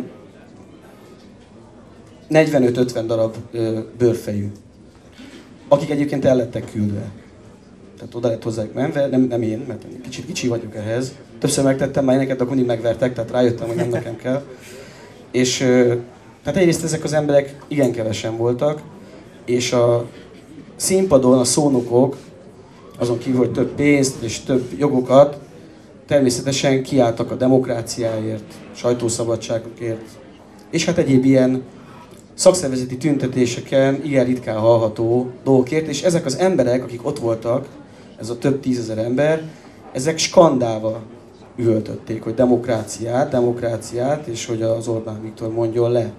negyvenöt-ötven darab ö, bőrfejű, akik egyébként el lettek küldve. Tehát oda lett hozzájuk menve, nem, nem én, mert kicsit kicsi vagyok ehhez. Többször megtettem már éneket, de akkor mindig megvertek, tehát rájöttem, hogy nem nekem kell. És ö, tehát egyrészt ezek az emberek igen kevesen voltak, és a színpadon a szónokok, azon kívül, hogy több pénzt és több jogokat, természetesen kiálltak a demokráciáért, sajtószabadságokért, és hát egyéb ilyen szakszervezeti tüntetéseken igen ritkán hallható dolgokért, és ezek az emberek, akik ott voltak, ez a több tízezer ember, ezek skandálva üvöltötték, hogy demokráciát, demokráciát, és hogy az Orbán Viktor mondjon le.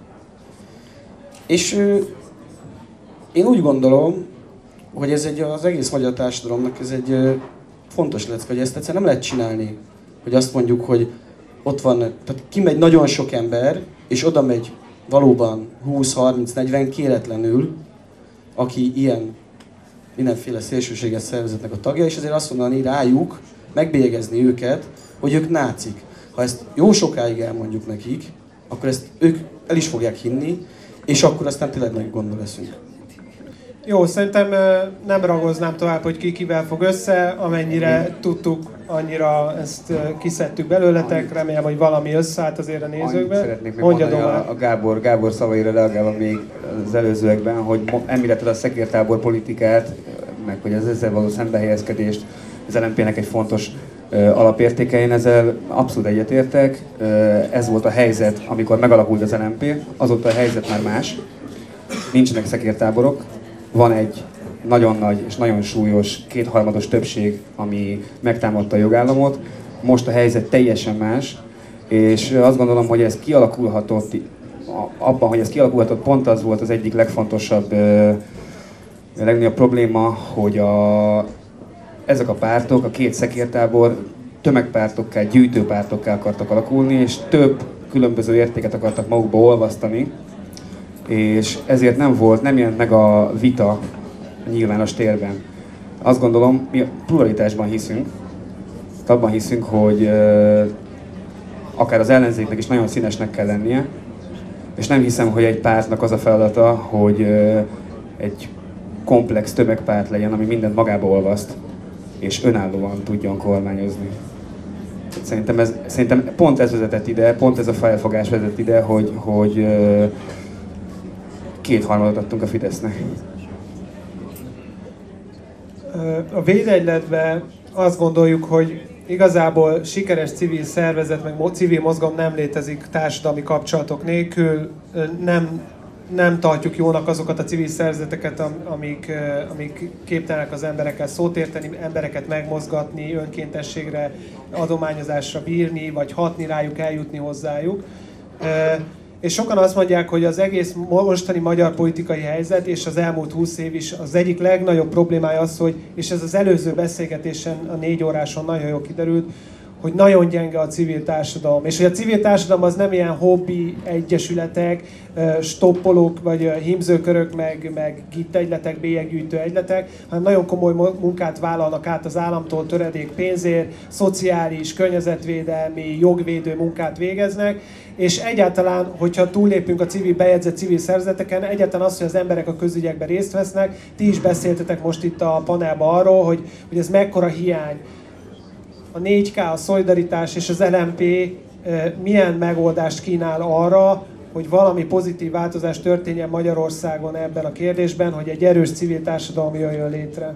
És ő, én úgy gondolom, hogy ez egy, az egész magyar társadalomnak ez egy fontos lecke, hogy ezt egyszerűen nem lehet csinálni, hogy azt mondjuk, hogy ott van, tehát kimegy nagyon sok ember, és oda megy valóban húsz, harminc, negyven kéretlenül, aki ilyen mindenféle szélsőséges szervezetnek a tagja, és azért azt mondani rájuk, megbélyegezni őket, hogy ők nácik. Ha ezt jó sokáig elmondjuk nekik, akkor ezt ők el is fogják hinni, és akkor aztán tényleg nagy gondba leszünk. Jó, szerintem nem ragoznám tovább, hogy ki kivel fog össze, amennyire tudtuk, annyira ezt kiszedtük belőletek, remélem, hogy valami összeállt azért a nézőkben. Szeretnék még mondani a, a Gábor, Gábor szavaira reagálva még az előzőekben, hogy említetted a szekértábor politikát, meg hogy az ezzel való szembehelyezkedést, az el em pé-nek egy fontos uh, alapértéke, én ezzel abszolút egyetértek. Uh, ez volt a helyzet, amikor megalakult az el em pé, azóta a helyzet már más. Nincsenek szekértáborok, van egy nagyon nagy és nagyon súlyos kétharmados többség, ami megtámadta a jogállamot. Most a helyzet teljesen más, és azt gondolom, hogy ez kialakulhatott, abban, hogy ez kialakulhatott, pont az volt az egyik legfontosabb, a legnagyobb probléma, hogy a, ezek a pártok, a két szekértábor tömegpártokká, gyűjtőpártokká akartak alakulni, és több különböző értéket akartak magukba olvasztani, és ezért nem volt, nem jelent meg a vita a nyilvános térben. Azt gondolom, mi a pluralitásban hiszünk, abban hiszünk, hogy uh, akár az ellenzéknek is nagyon színesnek kell lennie, és nem hiszem, hogy egy pártnak az a feladata, hogy uh, egy komplex tömegpárt legyen, ami mindent magába olvaszt, és önállóan tudjon kormányozni. Szerintem, ez, szerintem pont ez vezetett ide, pont ez a felfogás vezetett ide, hogy, hogy uh, kétharmadot adtunk a Fidesznek. A Védegyletben azt gondoljuk, hogy igazából sikeres civil szervezet, meg civil mozgalom nem létezik társadalmi kapcsolatok nélkül. Nem, nem tartjuk jónak azokat a civil szervezeteket, amik, amik képtelenek az emberekkel szót érteni, embereket megmozgatni, önkéntességre, adományozásra bírni, vagy hatni rájuk, eljutni hozzájuk. És sokan azt mondják, hogy az egész mostani magyar politikai helyzet és az elmúlt húsz év is az egyik legnagyobb problémája az, hogy, és ez az előző beszélgetésen, a négy óráson nagyon jól kiderült, hogy nagyon gyenge a civil társadalom. És hogy a civil társadalom az nem ilyen hobbi egyesületek, stoppolók, vagy hímzőkörök, meg, meg gittegyletek, bélyeggyűjtő egyletek, hanem nagyon komoly munkát vállalnak át az államtól töredék pénzért, szociális, környezetvédelmi, jogvédő munkát végeznek, és egyáltalán, hogyha túllépünk a civil bejegyzett civil szervezeteken, egyáltalán az, hogy az emberek a közügyekben részt vesznek, ti is beszéltetek most itt a panelban arról, hogy, hogy ez mekkora hiány. A négy ká, a Szolidaritás és az el em pé milyen megoldást kínál arra, hogy valami pozitív változás történjen Magyarországon ebben a kérdésben, hogy egy erős civil társadalom jöjjön létre?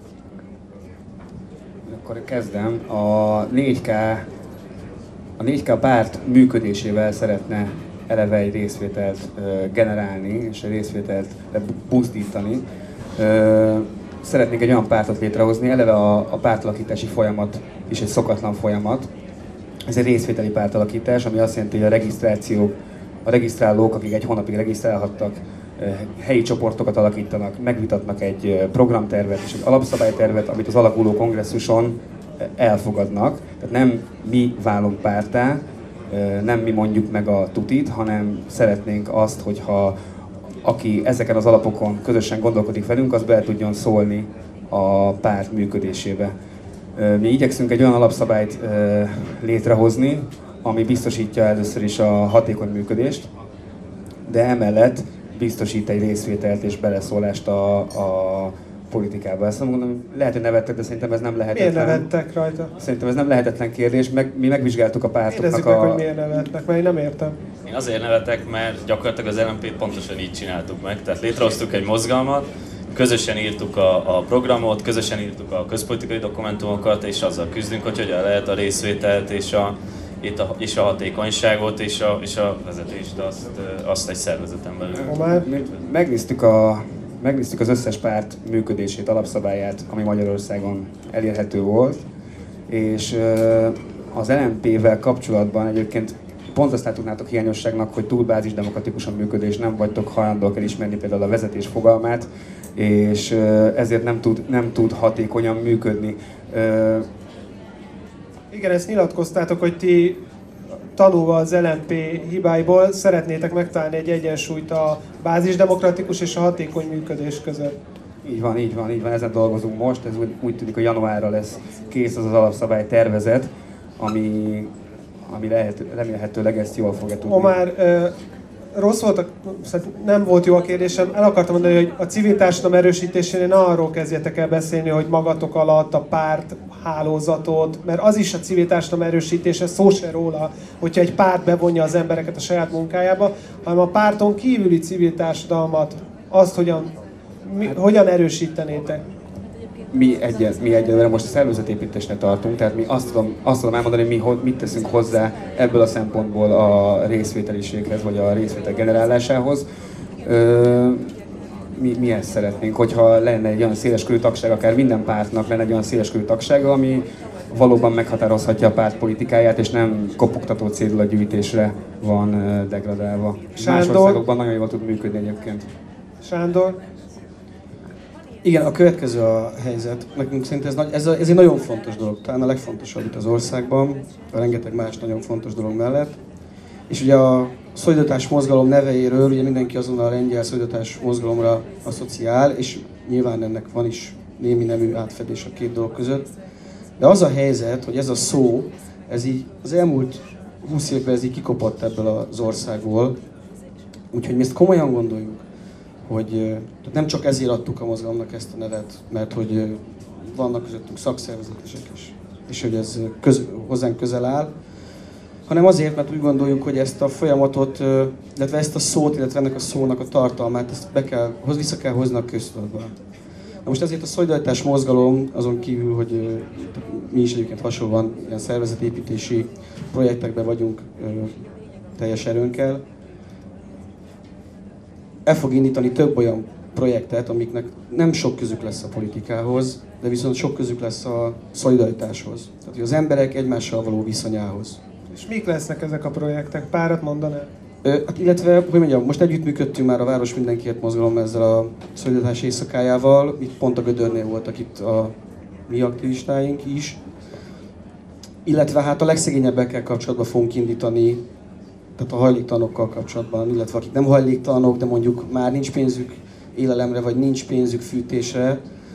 Akkor kezdem. A négy ká, a négy ká párt működésével szeretne eleve egy részvételt generálni, és egy részvételt buzdítani. Szeretnék egy olyan pártot létrehozni, eleve a, a pártalakítási folyamat is egy szokatlan folyamat. Ez egy részvételi pártalakítás, ami azt jelenti, hogy a regisztráció, a regisztrálók, akik egy hónapig regisztrálhattak, helyi csoportokat alakítanak, megvitatnak egy programtervet és egy alapszabálytervet, amit az alakuló kongresszuson elfogadnak. Tehát nem mi válunk párttá, nem mi mondjuk meg a tutit, hanem szeretnénk azt, hogyha aki ezeken az alapokon közösen gondolkodik velünk, az be tudjon szólni a párt működésébe. Mi igyekszünk egy olyan alapszabályt létrehozni, ami biztosítja először is a hatékony működést, de emellett biztosít egy részvételt és beleszólást a, a politikába. Ezt mondom, lehet, hogy nevettek, de szerintem ez nem lehetetlen. Miért nevettek rajta? Szerintem ez nem lehetetlen kérdés, meg, mi megvizsgáltuk a pártoknak Kérdezzük a... meg, hogy miért nevetnek, mert én nem értem. Én azért nevetek, mert gyakorlatilag az el em pét pontosan így csináltuk meg. Tehát létrehoztuk egy mozgalmat, közösen írtuk a, a programot, közösen írtuk a közpolitikai dokumentumokat, és azzal küzdünk, hogy hogyan lehet a részvételt és a, és a hatékonyságot és a, és a vezetést azt, azt egy szervezeten belül. Megnéztük a megnéztük az összes párt működését, alapszabályát, ami Magyarországon elérhető volt, és az el em pé-vel kapcsolatban egyébként pont azt tudnátok hiányosságnak, hogy túl bázisdemokratikusan működés, nem vagytok hajlandóak elismerni például a vezetés fogalmát, és ezért nem tud, nem tud hatékonyan működni. Igen, ezt nyilatkoztátok, hogy ti tanulva az el em pé hibáiból szeretnétek megtalálni egy egyensúlyt a bázisdemokratikus és a hatékony működés között. Így van, így van, így van, ezen dolgozunk most, ez úgy, úgy tűnik, hogy januárra lesz kész az az alapszabály tervezet, ami, ami lehet, remélhetőleg ezt jól fogja tudni. Omar, rossz volt, a, nem volt jó a kérdésem, el akartam mondani, hogy a civil társadalom erősítésén ne arról kezdjetek el beszélni, hogy magatok alatt a párt hálózatot, mert az is a civil társadalom erősítése, szó se róla, hogyha egy párt bevonja az embereket a saját munkájába, hanem a párton kívüli civil társadalmat, azt hogyan, mi, hogyan erősítenétek. Mi, egyen, mi egyelőre most a szervezetépítésnél tartunk, tehát mi azt tudom, azt tudom elmondani, mi mit teszünk hozzá ebből a szempontból a részvételiséghez, vagy a részvétel generálásához. Ö, mi, mi ezt szeretnénk, hogyha lenne egy olyan széleskörű tagság, akár minden pártnak lenne egy olyan széleskörű tagsága, ami valóban meghatározhatja a párt politikáját, és nem kopogtató cédulagyűjtésre van degradálva. Más országokban nagyon jól tud működni egyébként. Sándor? Igen, a következő a helyzet. Nekünk szerint ez, nagy, ez, a, ez egy nagyon fontos dolog, talán a legfontosabb itt az országban, a rengeteg más nagyon fontos dolog mellett. És ugye a szolidaritás mozgalom neveiről ugye mindenki azon a lengyel szolidaritás mozgalomra asszociál, és nyilván ennek van is némi nemű átfedés a két dolog között. De az a helyzet, hogy ez a szó, ez így az elmúlt húsz évben ez így kikopott ebből az országból, úgyhogy mi ezt komolyan gondoljuk, hogy nem csak ezért adtuk a mozgalomnak ezt a nevet, mert hogy vannak közöttünk szakszervezetesek is, és hogy ez köz, hozzánk közel áll, hanem azért, mert úgy gondoljuk, hogy ezt a folyamatot, illetve ezt a szót, illetve ennek a szónak a tartalmát, ezt be kell, vissza kell hozni a köztudatba. Na most ezért a szolidaritás mozgalom, azon kívül, hogy mi is egyébként hasonlóan ilyen szervezetépítési projektekben vagyunk teljes erőnkkel, el fog indítani több olyan projektet, amiknek nem sok közük lesz a politikához, de viszont sok közük lesz a szolidaritáshoz. Tehát hogy az emberek egymással való viszonyához. És mik lesznek ezek a projektek? Párat mondanál? Hát illetve, hogy mondjam, most együttműködtünk már a Város Mindenkiért mozgalom ezzel a szolidaritás éjszakájával. Itt pont a Gödörnél voltak itt a mi aktivistáink is. Illetve hát a legszegényebbekkel kapcsolatban fogunk indítani, tehát a hajléktalanokkal kapcsolatban, illetve akik nem hajléktalanok, de mondjuk már nincs pénzük élelemre, vagy nincs pénzük fűtésre,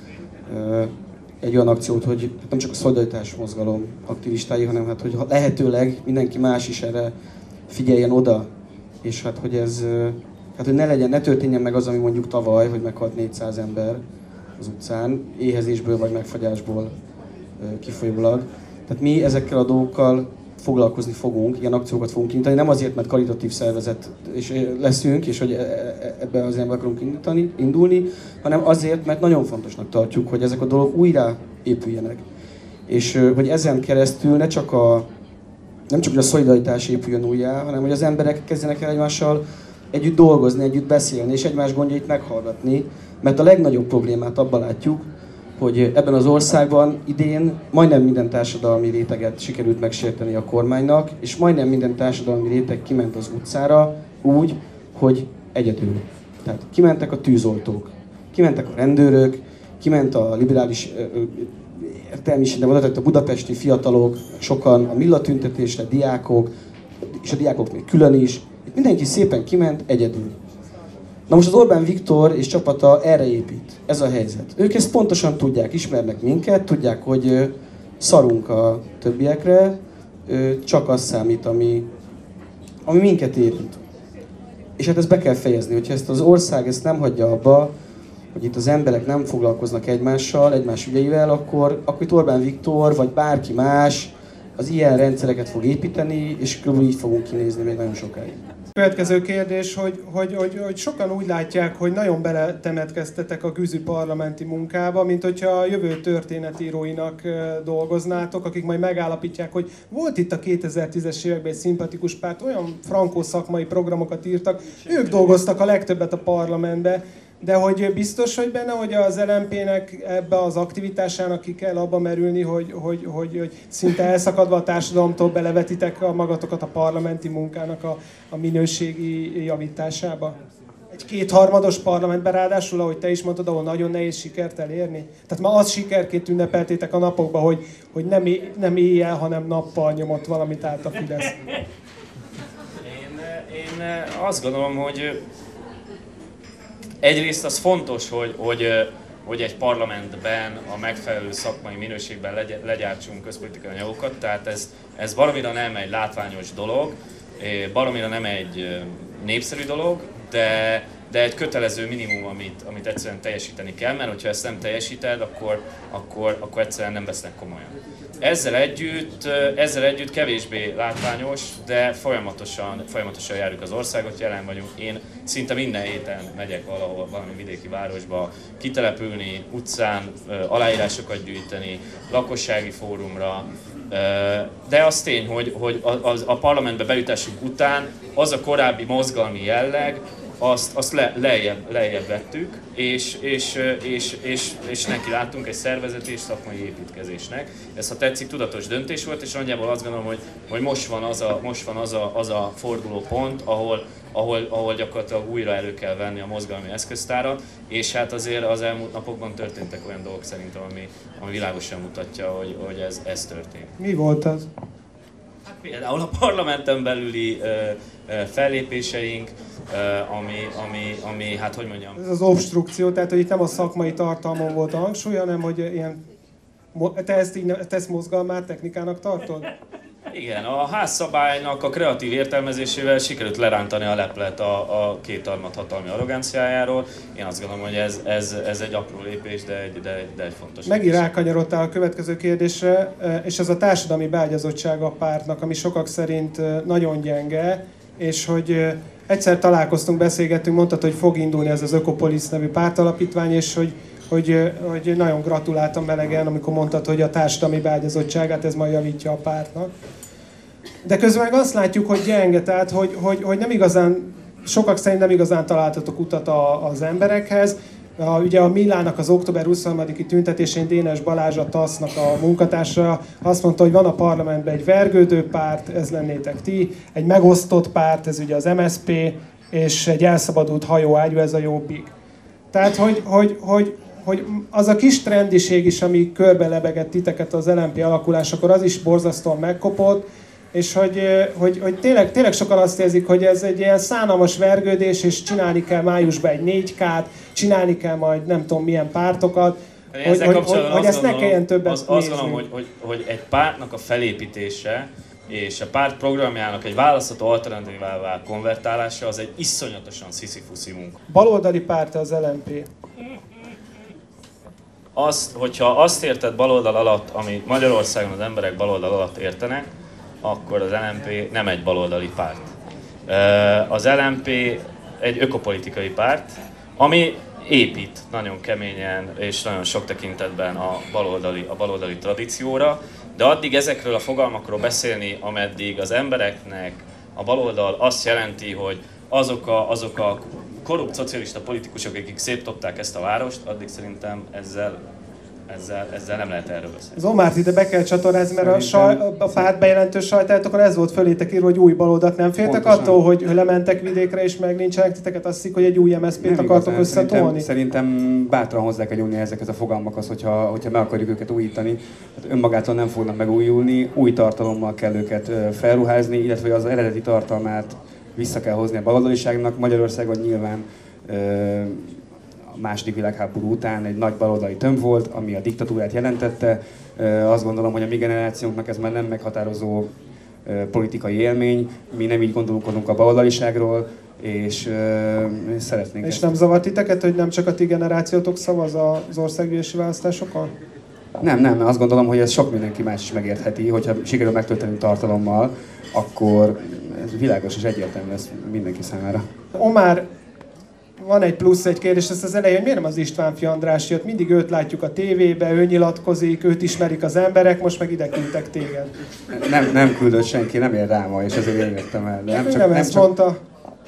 egy olyan akciót, hogy nem csak a szolidaritás mozgalom aktivistái, hanem hát, hogy lehetőleg mindenki más is erre figyeljen oda, és hát, hogy ez, hát, hogy ne legyen, ne történjen meg az, ami mondjuk tavaly, hogy meghalt négyszáz ember az utcán, éhezésből vagy megfagyásból kifolyólag. Tehát mi ezekkel a dolgokkal foglalkozni fogunk, ilyen akciókat fogunk indítani, nem azért, mert karitatív szervezet és leszünk, és hogy ebben az irányba akarunk indítani, indulni, hanem azért, mert nagyon fontosnak tartjuk, hogy ezek a dolgok újra épüljenek. És hogy ezen keresztül ne csak a, nem csak hogy a szolidaritás épüljön újjá, hanem hogy az emberek kezdjenek el egymással együtt dolgozni, együtt beszélni, és egymás gondjait meghallgatni, mert a legnagyobb problémát abban látjuk, hogy ebben az országban idén majdnem minden társadalmi réteget sikerült megsérteni a kormánynak, és majdnem minden társadalmi réteg kiment az utcára úgy, hogy egyedül. Tehát kimentek a tűzoltók, kimentek a rendőrök, kiment a liberális értelmiség, de a budapesti fiatalok, sokan a millatüntetésre, diákok, és a diákok még külön is. Itt mindenki szépen kiment egyedül. Na most az Orbán Viktor és csapata erre épít. Ez a helyzet. Ők ezt pontosan tudják, ismernek minket, tudják, hogy szarunk a többiekre, csak az számít, ami, ami minket érint. És hát ezt be kell fejezni, hogyha ezt az ország ezt nem hagyja abba, hogy itt az emberek nem foglalkoznak egymással, egymás ügyeivel, akkor, akkor itt Orbán Viktor vagy bárki más az ilyen rendszereket fog építeni, és kb. Így fogunk kinézni még nagyon sokáig. Következő kérdés, hogy, hogy, hogy, hogy sokan úgy látják, hogy nagyon beletemetkeztetek a güzű parlamenti munkába, mint hogyha a jövő történetíróinak dolgoznátok, akik majd megállapítják, hogy volt itt a kétezer-tízes években egy szimpatikus párt, olyan frankó szakmai programokat írtak, ők dolgoztak a legtöbbet a parlamentbe. De hogy biztos, hogy benne, hogy az el em pé-nek ebbe az aktivitásának ki kell abba merülni, hogy, hogy, hogy, hogy szinte elszakadva a társadalomtól belevetitek a magatokat a parlamenti munkának a, a minőségi javításába? Egy kétharmados parlamentben ráadásul, ahogy te is mondtad, ahol nagyon nehéz sikert elérni. Tehát ma azt sikerként ünnepeltétek a napokban, hogy, hogy nem, é, nem éjjel, hanem nappal nyomott valamit át a Fidesz. Én, én azt gondolom, hogy egyrészt az fontos, hogy, hogy, hogy egy parlamentben a megfelelő szakmai minőségben legy, legyártsunk közpolitikai anyagokat, tehát ez, ez valamira nem egy látványos dolog, valamira nem egy népszerű dolog, de, de egy kötelező minimum, amit, amit egyszerűen teljesíteni kell, mert hogyha ezt nem teljesíted, akkor, akkor, akkor egyszerűen nem vesznek komolyan. Ezzel együtt, ezzel együtt kevésbé látványos, de folyamatosan, folyamatosan járjuk az országot, jelen vagyunk. Én szinte minden héten megyek valahol, valami vidéki városba kitelepülni, utcán aláírásokat gyűjteni, lakossági fórumra. De az tény, hogy, hogy a, a, a parlamentbe bejutásunk után az a korábbi mozgalmi jelleg, azt, azt le, lejjebb, lejjebb vettük, és, és, és, és, és neki láttunk egy szervezeti és szakmai építkezésnek. Ez, ha tetszik, tudatos döntés volt, és nagyjából azt gondolom, hogy, hogy most van az a, most van az a, az a forduló pont, ahol, ahol, ahol gyakorlatilag újra elő kell venni a mozgalmi eszköztárat, és hát azért az elmúlt napokban történtek olyan dolgok szerintem, ami, ami világosan mutatja, hogy, hogy ez, ez történt. Mi volt az? Hát például a parlamenten belüli ö, ö, fellépéseink, Uh, ami, ami, ami, hát hogy mondjam... Ez az obstrukció, tehát hogy itt nem a szakmai tartalmon volt a hangsúly, hanem hogy ilyen... Te ezt, így, te ezt mozgalmát technikának tartod? Igen, a házszabálynak a kreatív értelmezésével sikerült lerántani a leplet a, a kétharmad hatalmi arroganciájáról. Én azt gondolom, hogy ez, ez, ez egy apró lépés, de egy, de egy, de egy fontos Megint lépés. rákanyarodtál a következő kérdésre, és ez a társadalmi beágyazottsága a pártnak, ami sokak szerint nagyon gyenge, és hogy egyszer találkoztunk, beszélgettünk, mondtad, hogy fog indulni ez az Ökopolis nevű pártalapítvány, és hogy, hogy, hogy nagyon gratuláltam melegen, amikor mondtad, hogy a társadalmi beágyazottságát ez majd javítja a pártnak. De közben meg azt látjuk, hogy gyenge, tehát hogy, hogy, hogy nem igazán, sokak szerint nem igazán találtatok utat a, az emberekhez. A, ugye a Millának az október huszonharmadiki tüntetésén Dénes Balázs, a TASZ-nak a munkatársa azt mondta, hogy van a parlamentben egy vergődő párt, ez lennétek ti, egy megosztott párt, ez ugye az em es zé pé, és egy elszabadult hajóágyú, ez a Jobbik. Tehát, hogy, hogy, hogy, hogy az a kis trendiség is, ami körbe lebegett titeket az el em pé alakulásakor, az is borzasztóan megkopott, és hogy, hogy, hogy tényleg, tényleg sokan azt érzik, hogy ez egy ilyen szánalmas vergődés, és csinálni kell májusban egy négy kát, csinálni kell majd nem tudom milyen pártokat, hogy, hogy, hogy, hogy ezt ne kelljen többet az, azt gondolom, hogy, hogy, hogy egy pártnak a felépítése és a párt programjának egy választható alternatívává konvertálása az egy iszonyatosan sziszifuszi munka. Baloldali párt az el em pé. Azt, hogyha azt érted baloldal alatt, amit Magyarországon az emberek baloldal alatt értenek, akkor az el em pé nem egy baloldali párt. Az el em pé egy ökopolitikai párt, ami épít nagyon keményen és nagyon sok tekintetben a baloldali, a baloldali tradícióra, de addig ezekről a fogalmakról beszélni, ameddig az embereknek a baloldal azt jelenti, hogy azok a, azok a korrupt szocialista politikusok, akik széttopták ezt a várost, addig szerintem ezzel Ezzel, ezzel nem lehet erről beszélni. Zomárt ide be kell csatornázni, mert a, saj, a párt bejelentő sajtátokon ez volt fölétek írva, hogy új baloldat. Nem féltek pontosan attól, hogy lementek vidékre és megnincsenek titeket? Azt hiszik, hogy egy új em es zé pét akartok összetolni? Szerintem, szerintem bátran hozzá kell nyúlni ezekhez a fogalmakhoz, hogyha, hogyha meg akarjuk őket újítani. Hát önmagától nem fognak megújulni, új tartalommal kell őket felruházni, illetve az eredeti tartalmát vissza kell hozni a baloldaliságnak. Magyarországon nyilván a második világháború után egy nagy baloldali tömb volt, ami a diktatúrát jelentette. Azt gondolom, hogy a mi generációnknak ez már nem meghatározó politikai élmény. Mi nem így gondolkodunk a baloldaliságról, és szeretnénk És ezt. nem zavart titeket, hogy nem csak a ti generációtok szavaz az országgyűlési választásokon? Nem, nem, azt gondolom, hogy ez sok mindenki más is megértheti, hogyha sikerül megtölteni tartalommal, akkor ez világos és egyértelmű lesz mindenki számára. Omár, van egy plusz egy kérdés, ezt az elején, hogy miért nem az Istvánffy András jött? Mindig őt látjuk a tévébe, ő nyilatkozik, őt ismerik az emberek, most meg ide küldtek téged. Nem, nem küldött senki, nem ér rá ma, és ezért én jöttem el. Nem, nem, nem ezt csak... mondta.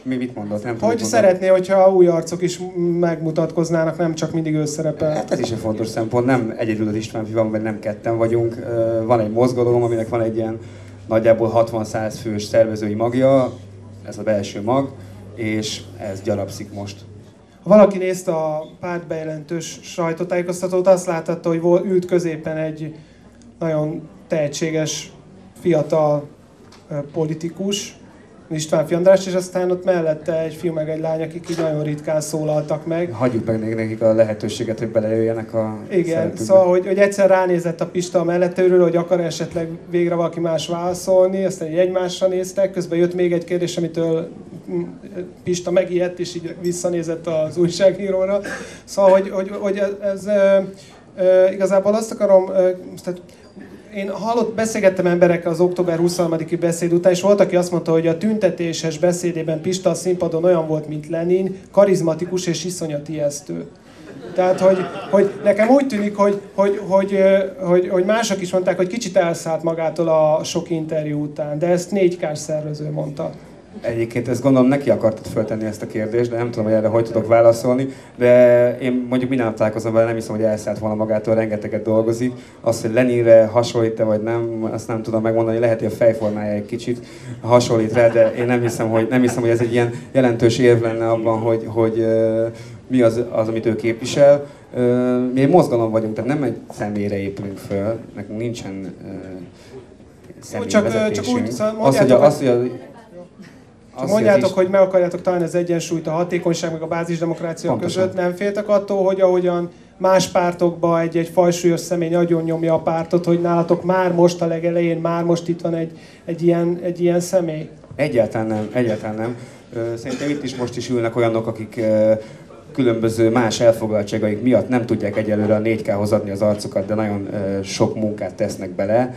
Mi mit mondott? Nem tudom, hogy mit szeretné, hogyha új arcok is megmutatkoznának, nem csak mindig ő szerepel. Hát ez is egy fontos szempont, nem egyedül az István fi van, vagy nem ketten vagyunk. Van egy mozgalom, aminek van egy ilyen nagyjából hatvan-száz fős szervezői magja, ez a belső mag, és ez gyarapszik most. Ha valaki nézte a pártbejelentős sajtótájékoztatót, azt láthatta, hogy volt, ült középen egy nagyon tehetséges, fiatal politikus, István fi András, és aztán ott mellette egy fiú meg egy lány, akik így nagyon ritkán szólaltak meg. Hagyjuk meg nekik a lehetőséget, hogy belejöjjenek a Igen, szerepükbe. szóval, hogy, hogy egyszer ránézett a Pista a mellettőről, hogy akar esetleg végre valaki más válaszolni, aztán így egymásra néztek, közben jött még egy kérdés, amitől Pista megijedt, és így visszanézett az újságíróra. Szóval, hogy, hogy, hogy ez, ez e, e, igazából azt akarom, e, tehát én hallott, beszélgettem emberekkel az október huszonharmadiki beszéd után, és volt, aki azt mondta, hogy a tüntetéses beszédében Pista a színpadon olyan volt, mint Lenin, karizmatikus és iszonyat ijesztő. Tehát, hogy, hogy nekem úgy tűnik, hogy, hogy, hogy, hogy, hogy mások is mondták, hogy kicsit elszállt magától a sok interjú után, de ezt négy kás szervező mondta. Egyébként ezt gondolom neki akartad föltenni ezt a kérdést, de nem tudom, hogy erre hogy tudok válaszolni, de én mondjuk minden nap találkozom vele, nem hiszem, hogy elszállt volna magától, rengeteget dolgozik. Azt, hogy Leninre hasonlít-e vagy nem, azt nem tudom megmondani, lehet, hogy a fejformája egy kicsit hasonlít rá, de én nem hiszem, hogy, nem hiszem, hogy ez egy ilyen jelentős érv lenne abban, hogy, hogy uh, mi az, az, amit ő képvisel. Uh, mi egy mozgalom vagyunk, tehát nem egy személyre épülünk föl, nekünk nincsen uh, személyvezetésünk. Csak, csak úgy, szóval az, hogy a, az, hogy a, Csak mondjátok, hogy meg akarjátok találni az egyensúlyt a hatékonyság meg a bázisdemokrácia Pontosan. között. Nem féltek attól, hogy ahogyan más pártokban egy, egy fajsúlyos személy nagyon nyomja a pártot, hogy nálatok már most a legelején, már most itt van egy, egy, ilyen, egy ilyen személy? Egyáltalán nem, egyáltalán nem. Szerintem itt is most is ülnek olyanok, akik különböző más elfoglaltságaik miatt nem tudják egyelőre a négy ká-hoz adni az arcukat, de nagyon sok munkát tesznek bele.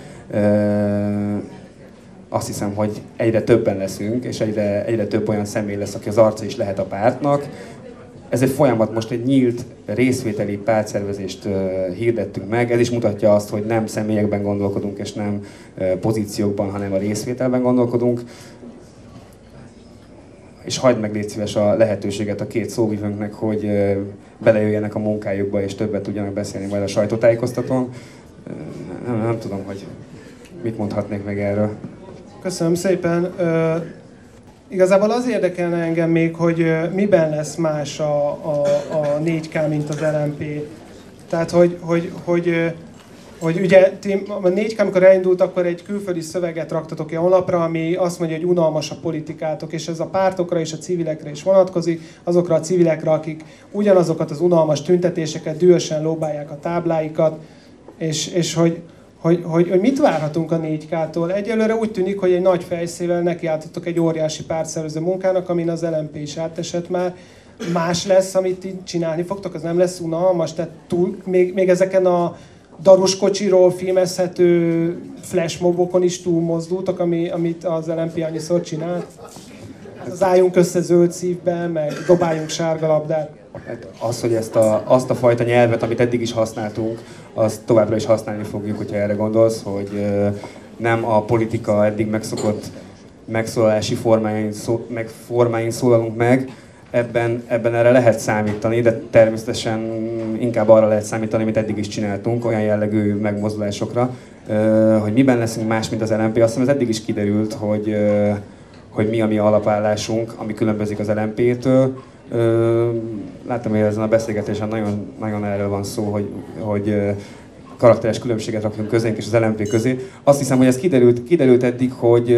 Azt hiszem, hogy egyre többen leszünk, és egyre, egyre több olyan személy lesz, aki az arca is lehet a pártnak. Ez egy folyamat, most egy nyílt részvételi pártszervezést uh, hirdettünk meg. Ez is mutatja azt, hogy nem személyekben gondolkodunk, és nem uh, pozíciókban, hanem a részvételben gondolkodunk. És hagyd meg, légy szíves, a lehetőséget a két szóvivőnknek, hogy uh, belejöjjenek a munkájukba, és többet tudjanak beszélni majd a sajtótájékoztatón. Uh, nem, nem tudom, hogy mit mondhatnék meg erről. Köszönöm szépen. Uh, igazából az érdekelne engem még, hogy uh, miben lesz más a, a, a négy ká, mint az el em pé. Tehát, hogy, hogy, hogy, uh, hogy ugye ti, a négy ká, amikor elindult, akkor egy külföldi szöveget raktatok ki a honlapra, ami azt mondja, hogy unalmas a politikátok, és ez a pártokra és a civilekre is vonatkozik, azokra a civilekre, akik ugyanazokat az unalmas tüntetéseket, dühösen lóbálják a tábláikat, és, és hogy Hogy, hogy, hogy mit várhatunk a négy ká-tól. Egyelőre úgy tűnik, hogy egy nagy fejszével nekiálltatok egy óriási pártszervező munkának, amin az el em pé is átesett már. Más lesz, amit így csinálni fogtok, az nem lesz unalmas, tehát túl, még, még ezeken a daruskocsiról filmezhető flashmobokon is túlmozdultak, ami, amit az el em pé annyiszor csinált. Az álljunk össze zöld szívben, meg dobáljunk sárga labdát. Hát az, hogy ezt a, azt a fajta nyelvet, amit eddig is használtunk, azt továbbra is használni fogjuk, hogyha erre gondolsz, hogy uh, nem a politika eddig megszokott megszólalási formáin, szó, meg formáin szólalunk meg, ebben, ebben erre lehet számítani, de természetesen inkább arra lehet számítani, amit eddig is csináltunk, olyan jellegű megmozdulásokra, uh, hogy miben leszünk más, mint az el em pé. Azt hiszem, ez eddig is kiderült, hogy, uh, hogy mi a mi alapállásunk, ami különbözik az el em pé-től. Láttam, hogy ezen a beszélgetésen nagyon, nagyon erről van szó, hogy, hogy karakteres különbséget rakjunk közénk és az el em pé közé. Azt hiszem, hogy ez kiderült, kiderült eddig, hogy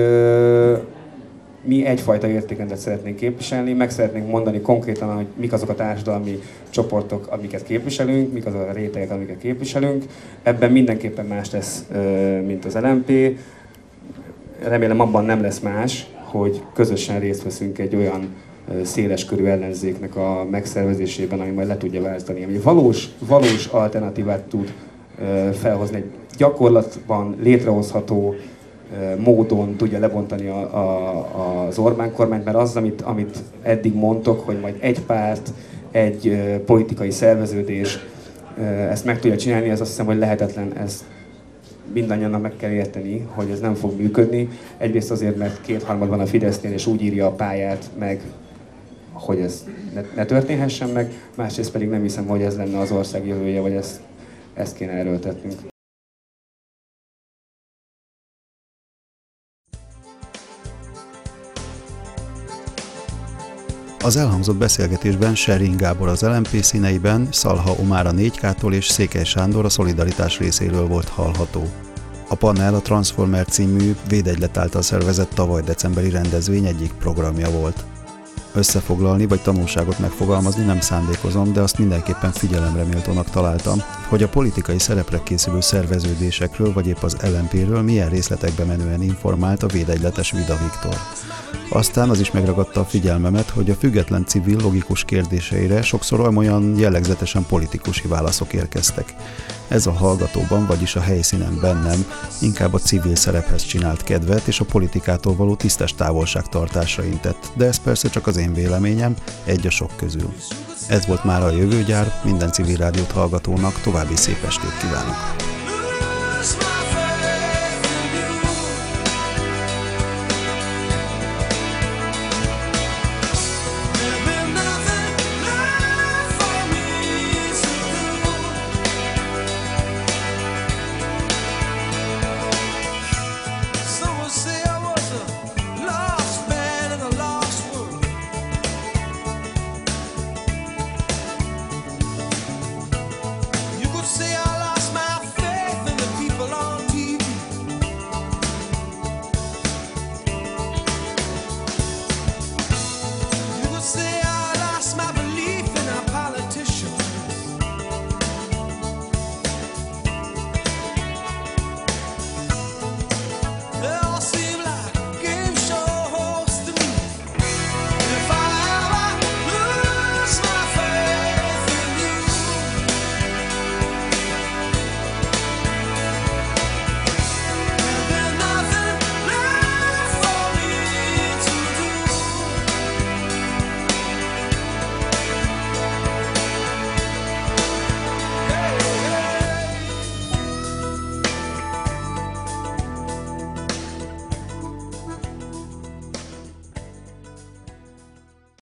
mi egyfajta értékrendet szeretnénk képviselni, meg szeretnénk mondani konkrétan, hogy mik azok a társadalmi csoportok, amiket képviselünk, mik azok a rétegek, amiket képviselünk. Ebben mindenképpen más lesz, mint az el em pé. Remélem abban nem lesz más, hogy közösen részt veszünk egy olyan széles körű ellenzéknek a megszervezésében, ami majd le tudja váltani, ami valós, valós alternatívát tud felhozni, egy gyakorlatban létrehozható módon tudja lebontani a, a, az Orbán kormányt, mert az, amit, amit eddig mondtok, hogy majd egy párt, egy politikai szerveződés ezt meg tudja csinálni, ez azt hiszem, hogy lehetetlen, ezt mindannyian meg kell érteni, hogy ez nem fog működni. Egyrészt azért, mert kétharmad van a Fidesznél, és úgy írja a pályát, meg hogy ez ne, ne történhessen meg, másrészt pedig nem hiszem, hogy ez lenne az ország jövője, vagy ezt, ezt kéne erőltetnünk. Az elhangzott beszélgetésben Sherin Gábor az el em pé színeiben, Szalha Omár a négy ká-tól és Székely Sándor a Szolidaritás részéről volt hallható. A panel a Transformer című Védegylet által szervezett tavaly decemberi rendezvény egyik programja volt. Összefoglalni vagy tanulságot megfogalmazni nem szándékozom, de azt mindenképpen figyelemre méltónak találtam, hogy a politikai szerepre készülő szerveződésekről vagy épp az el em péről milyen részletekbe menően informált a védegyletes Vida Viktor. Aztán az is megragadta a figyelmemet, hogy a független civil logikus kérdéseire sokszor olyan jellegzetesen politikusi válaszok érkeztek. Ez a hallgatóban, vagyis a helyszínen bennem inkább a civil szerephez csinált kedvet és a politikától való tisztes távolságtartásra intett, de ez persze csak az én véleményem, egy a sok közül. Ez volt már a Jövőgyár, minden civil rádiót hallgatónak további szép estét kívánok!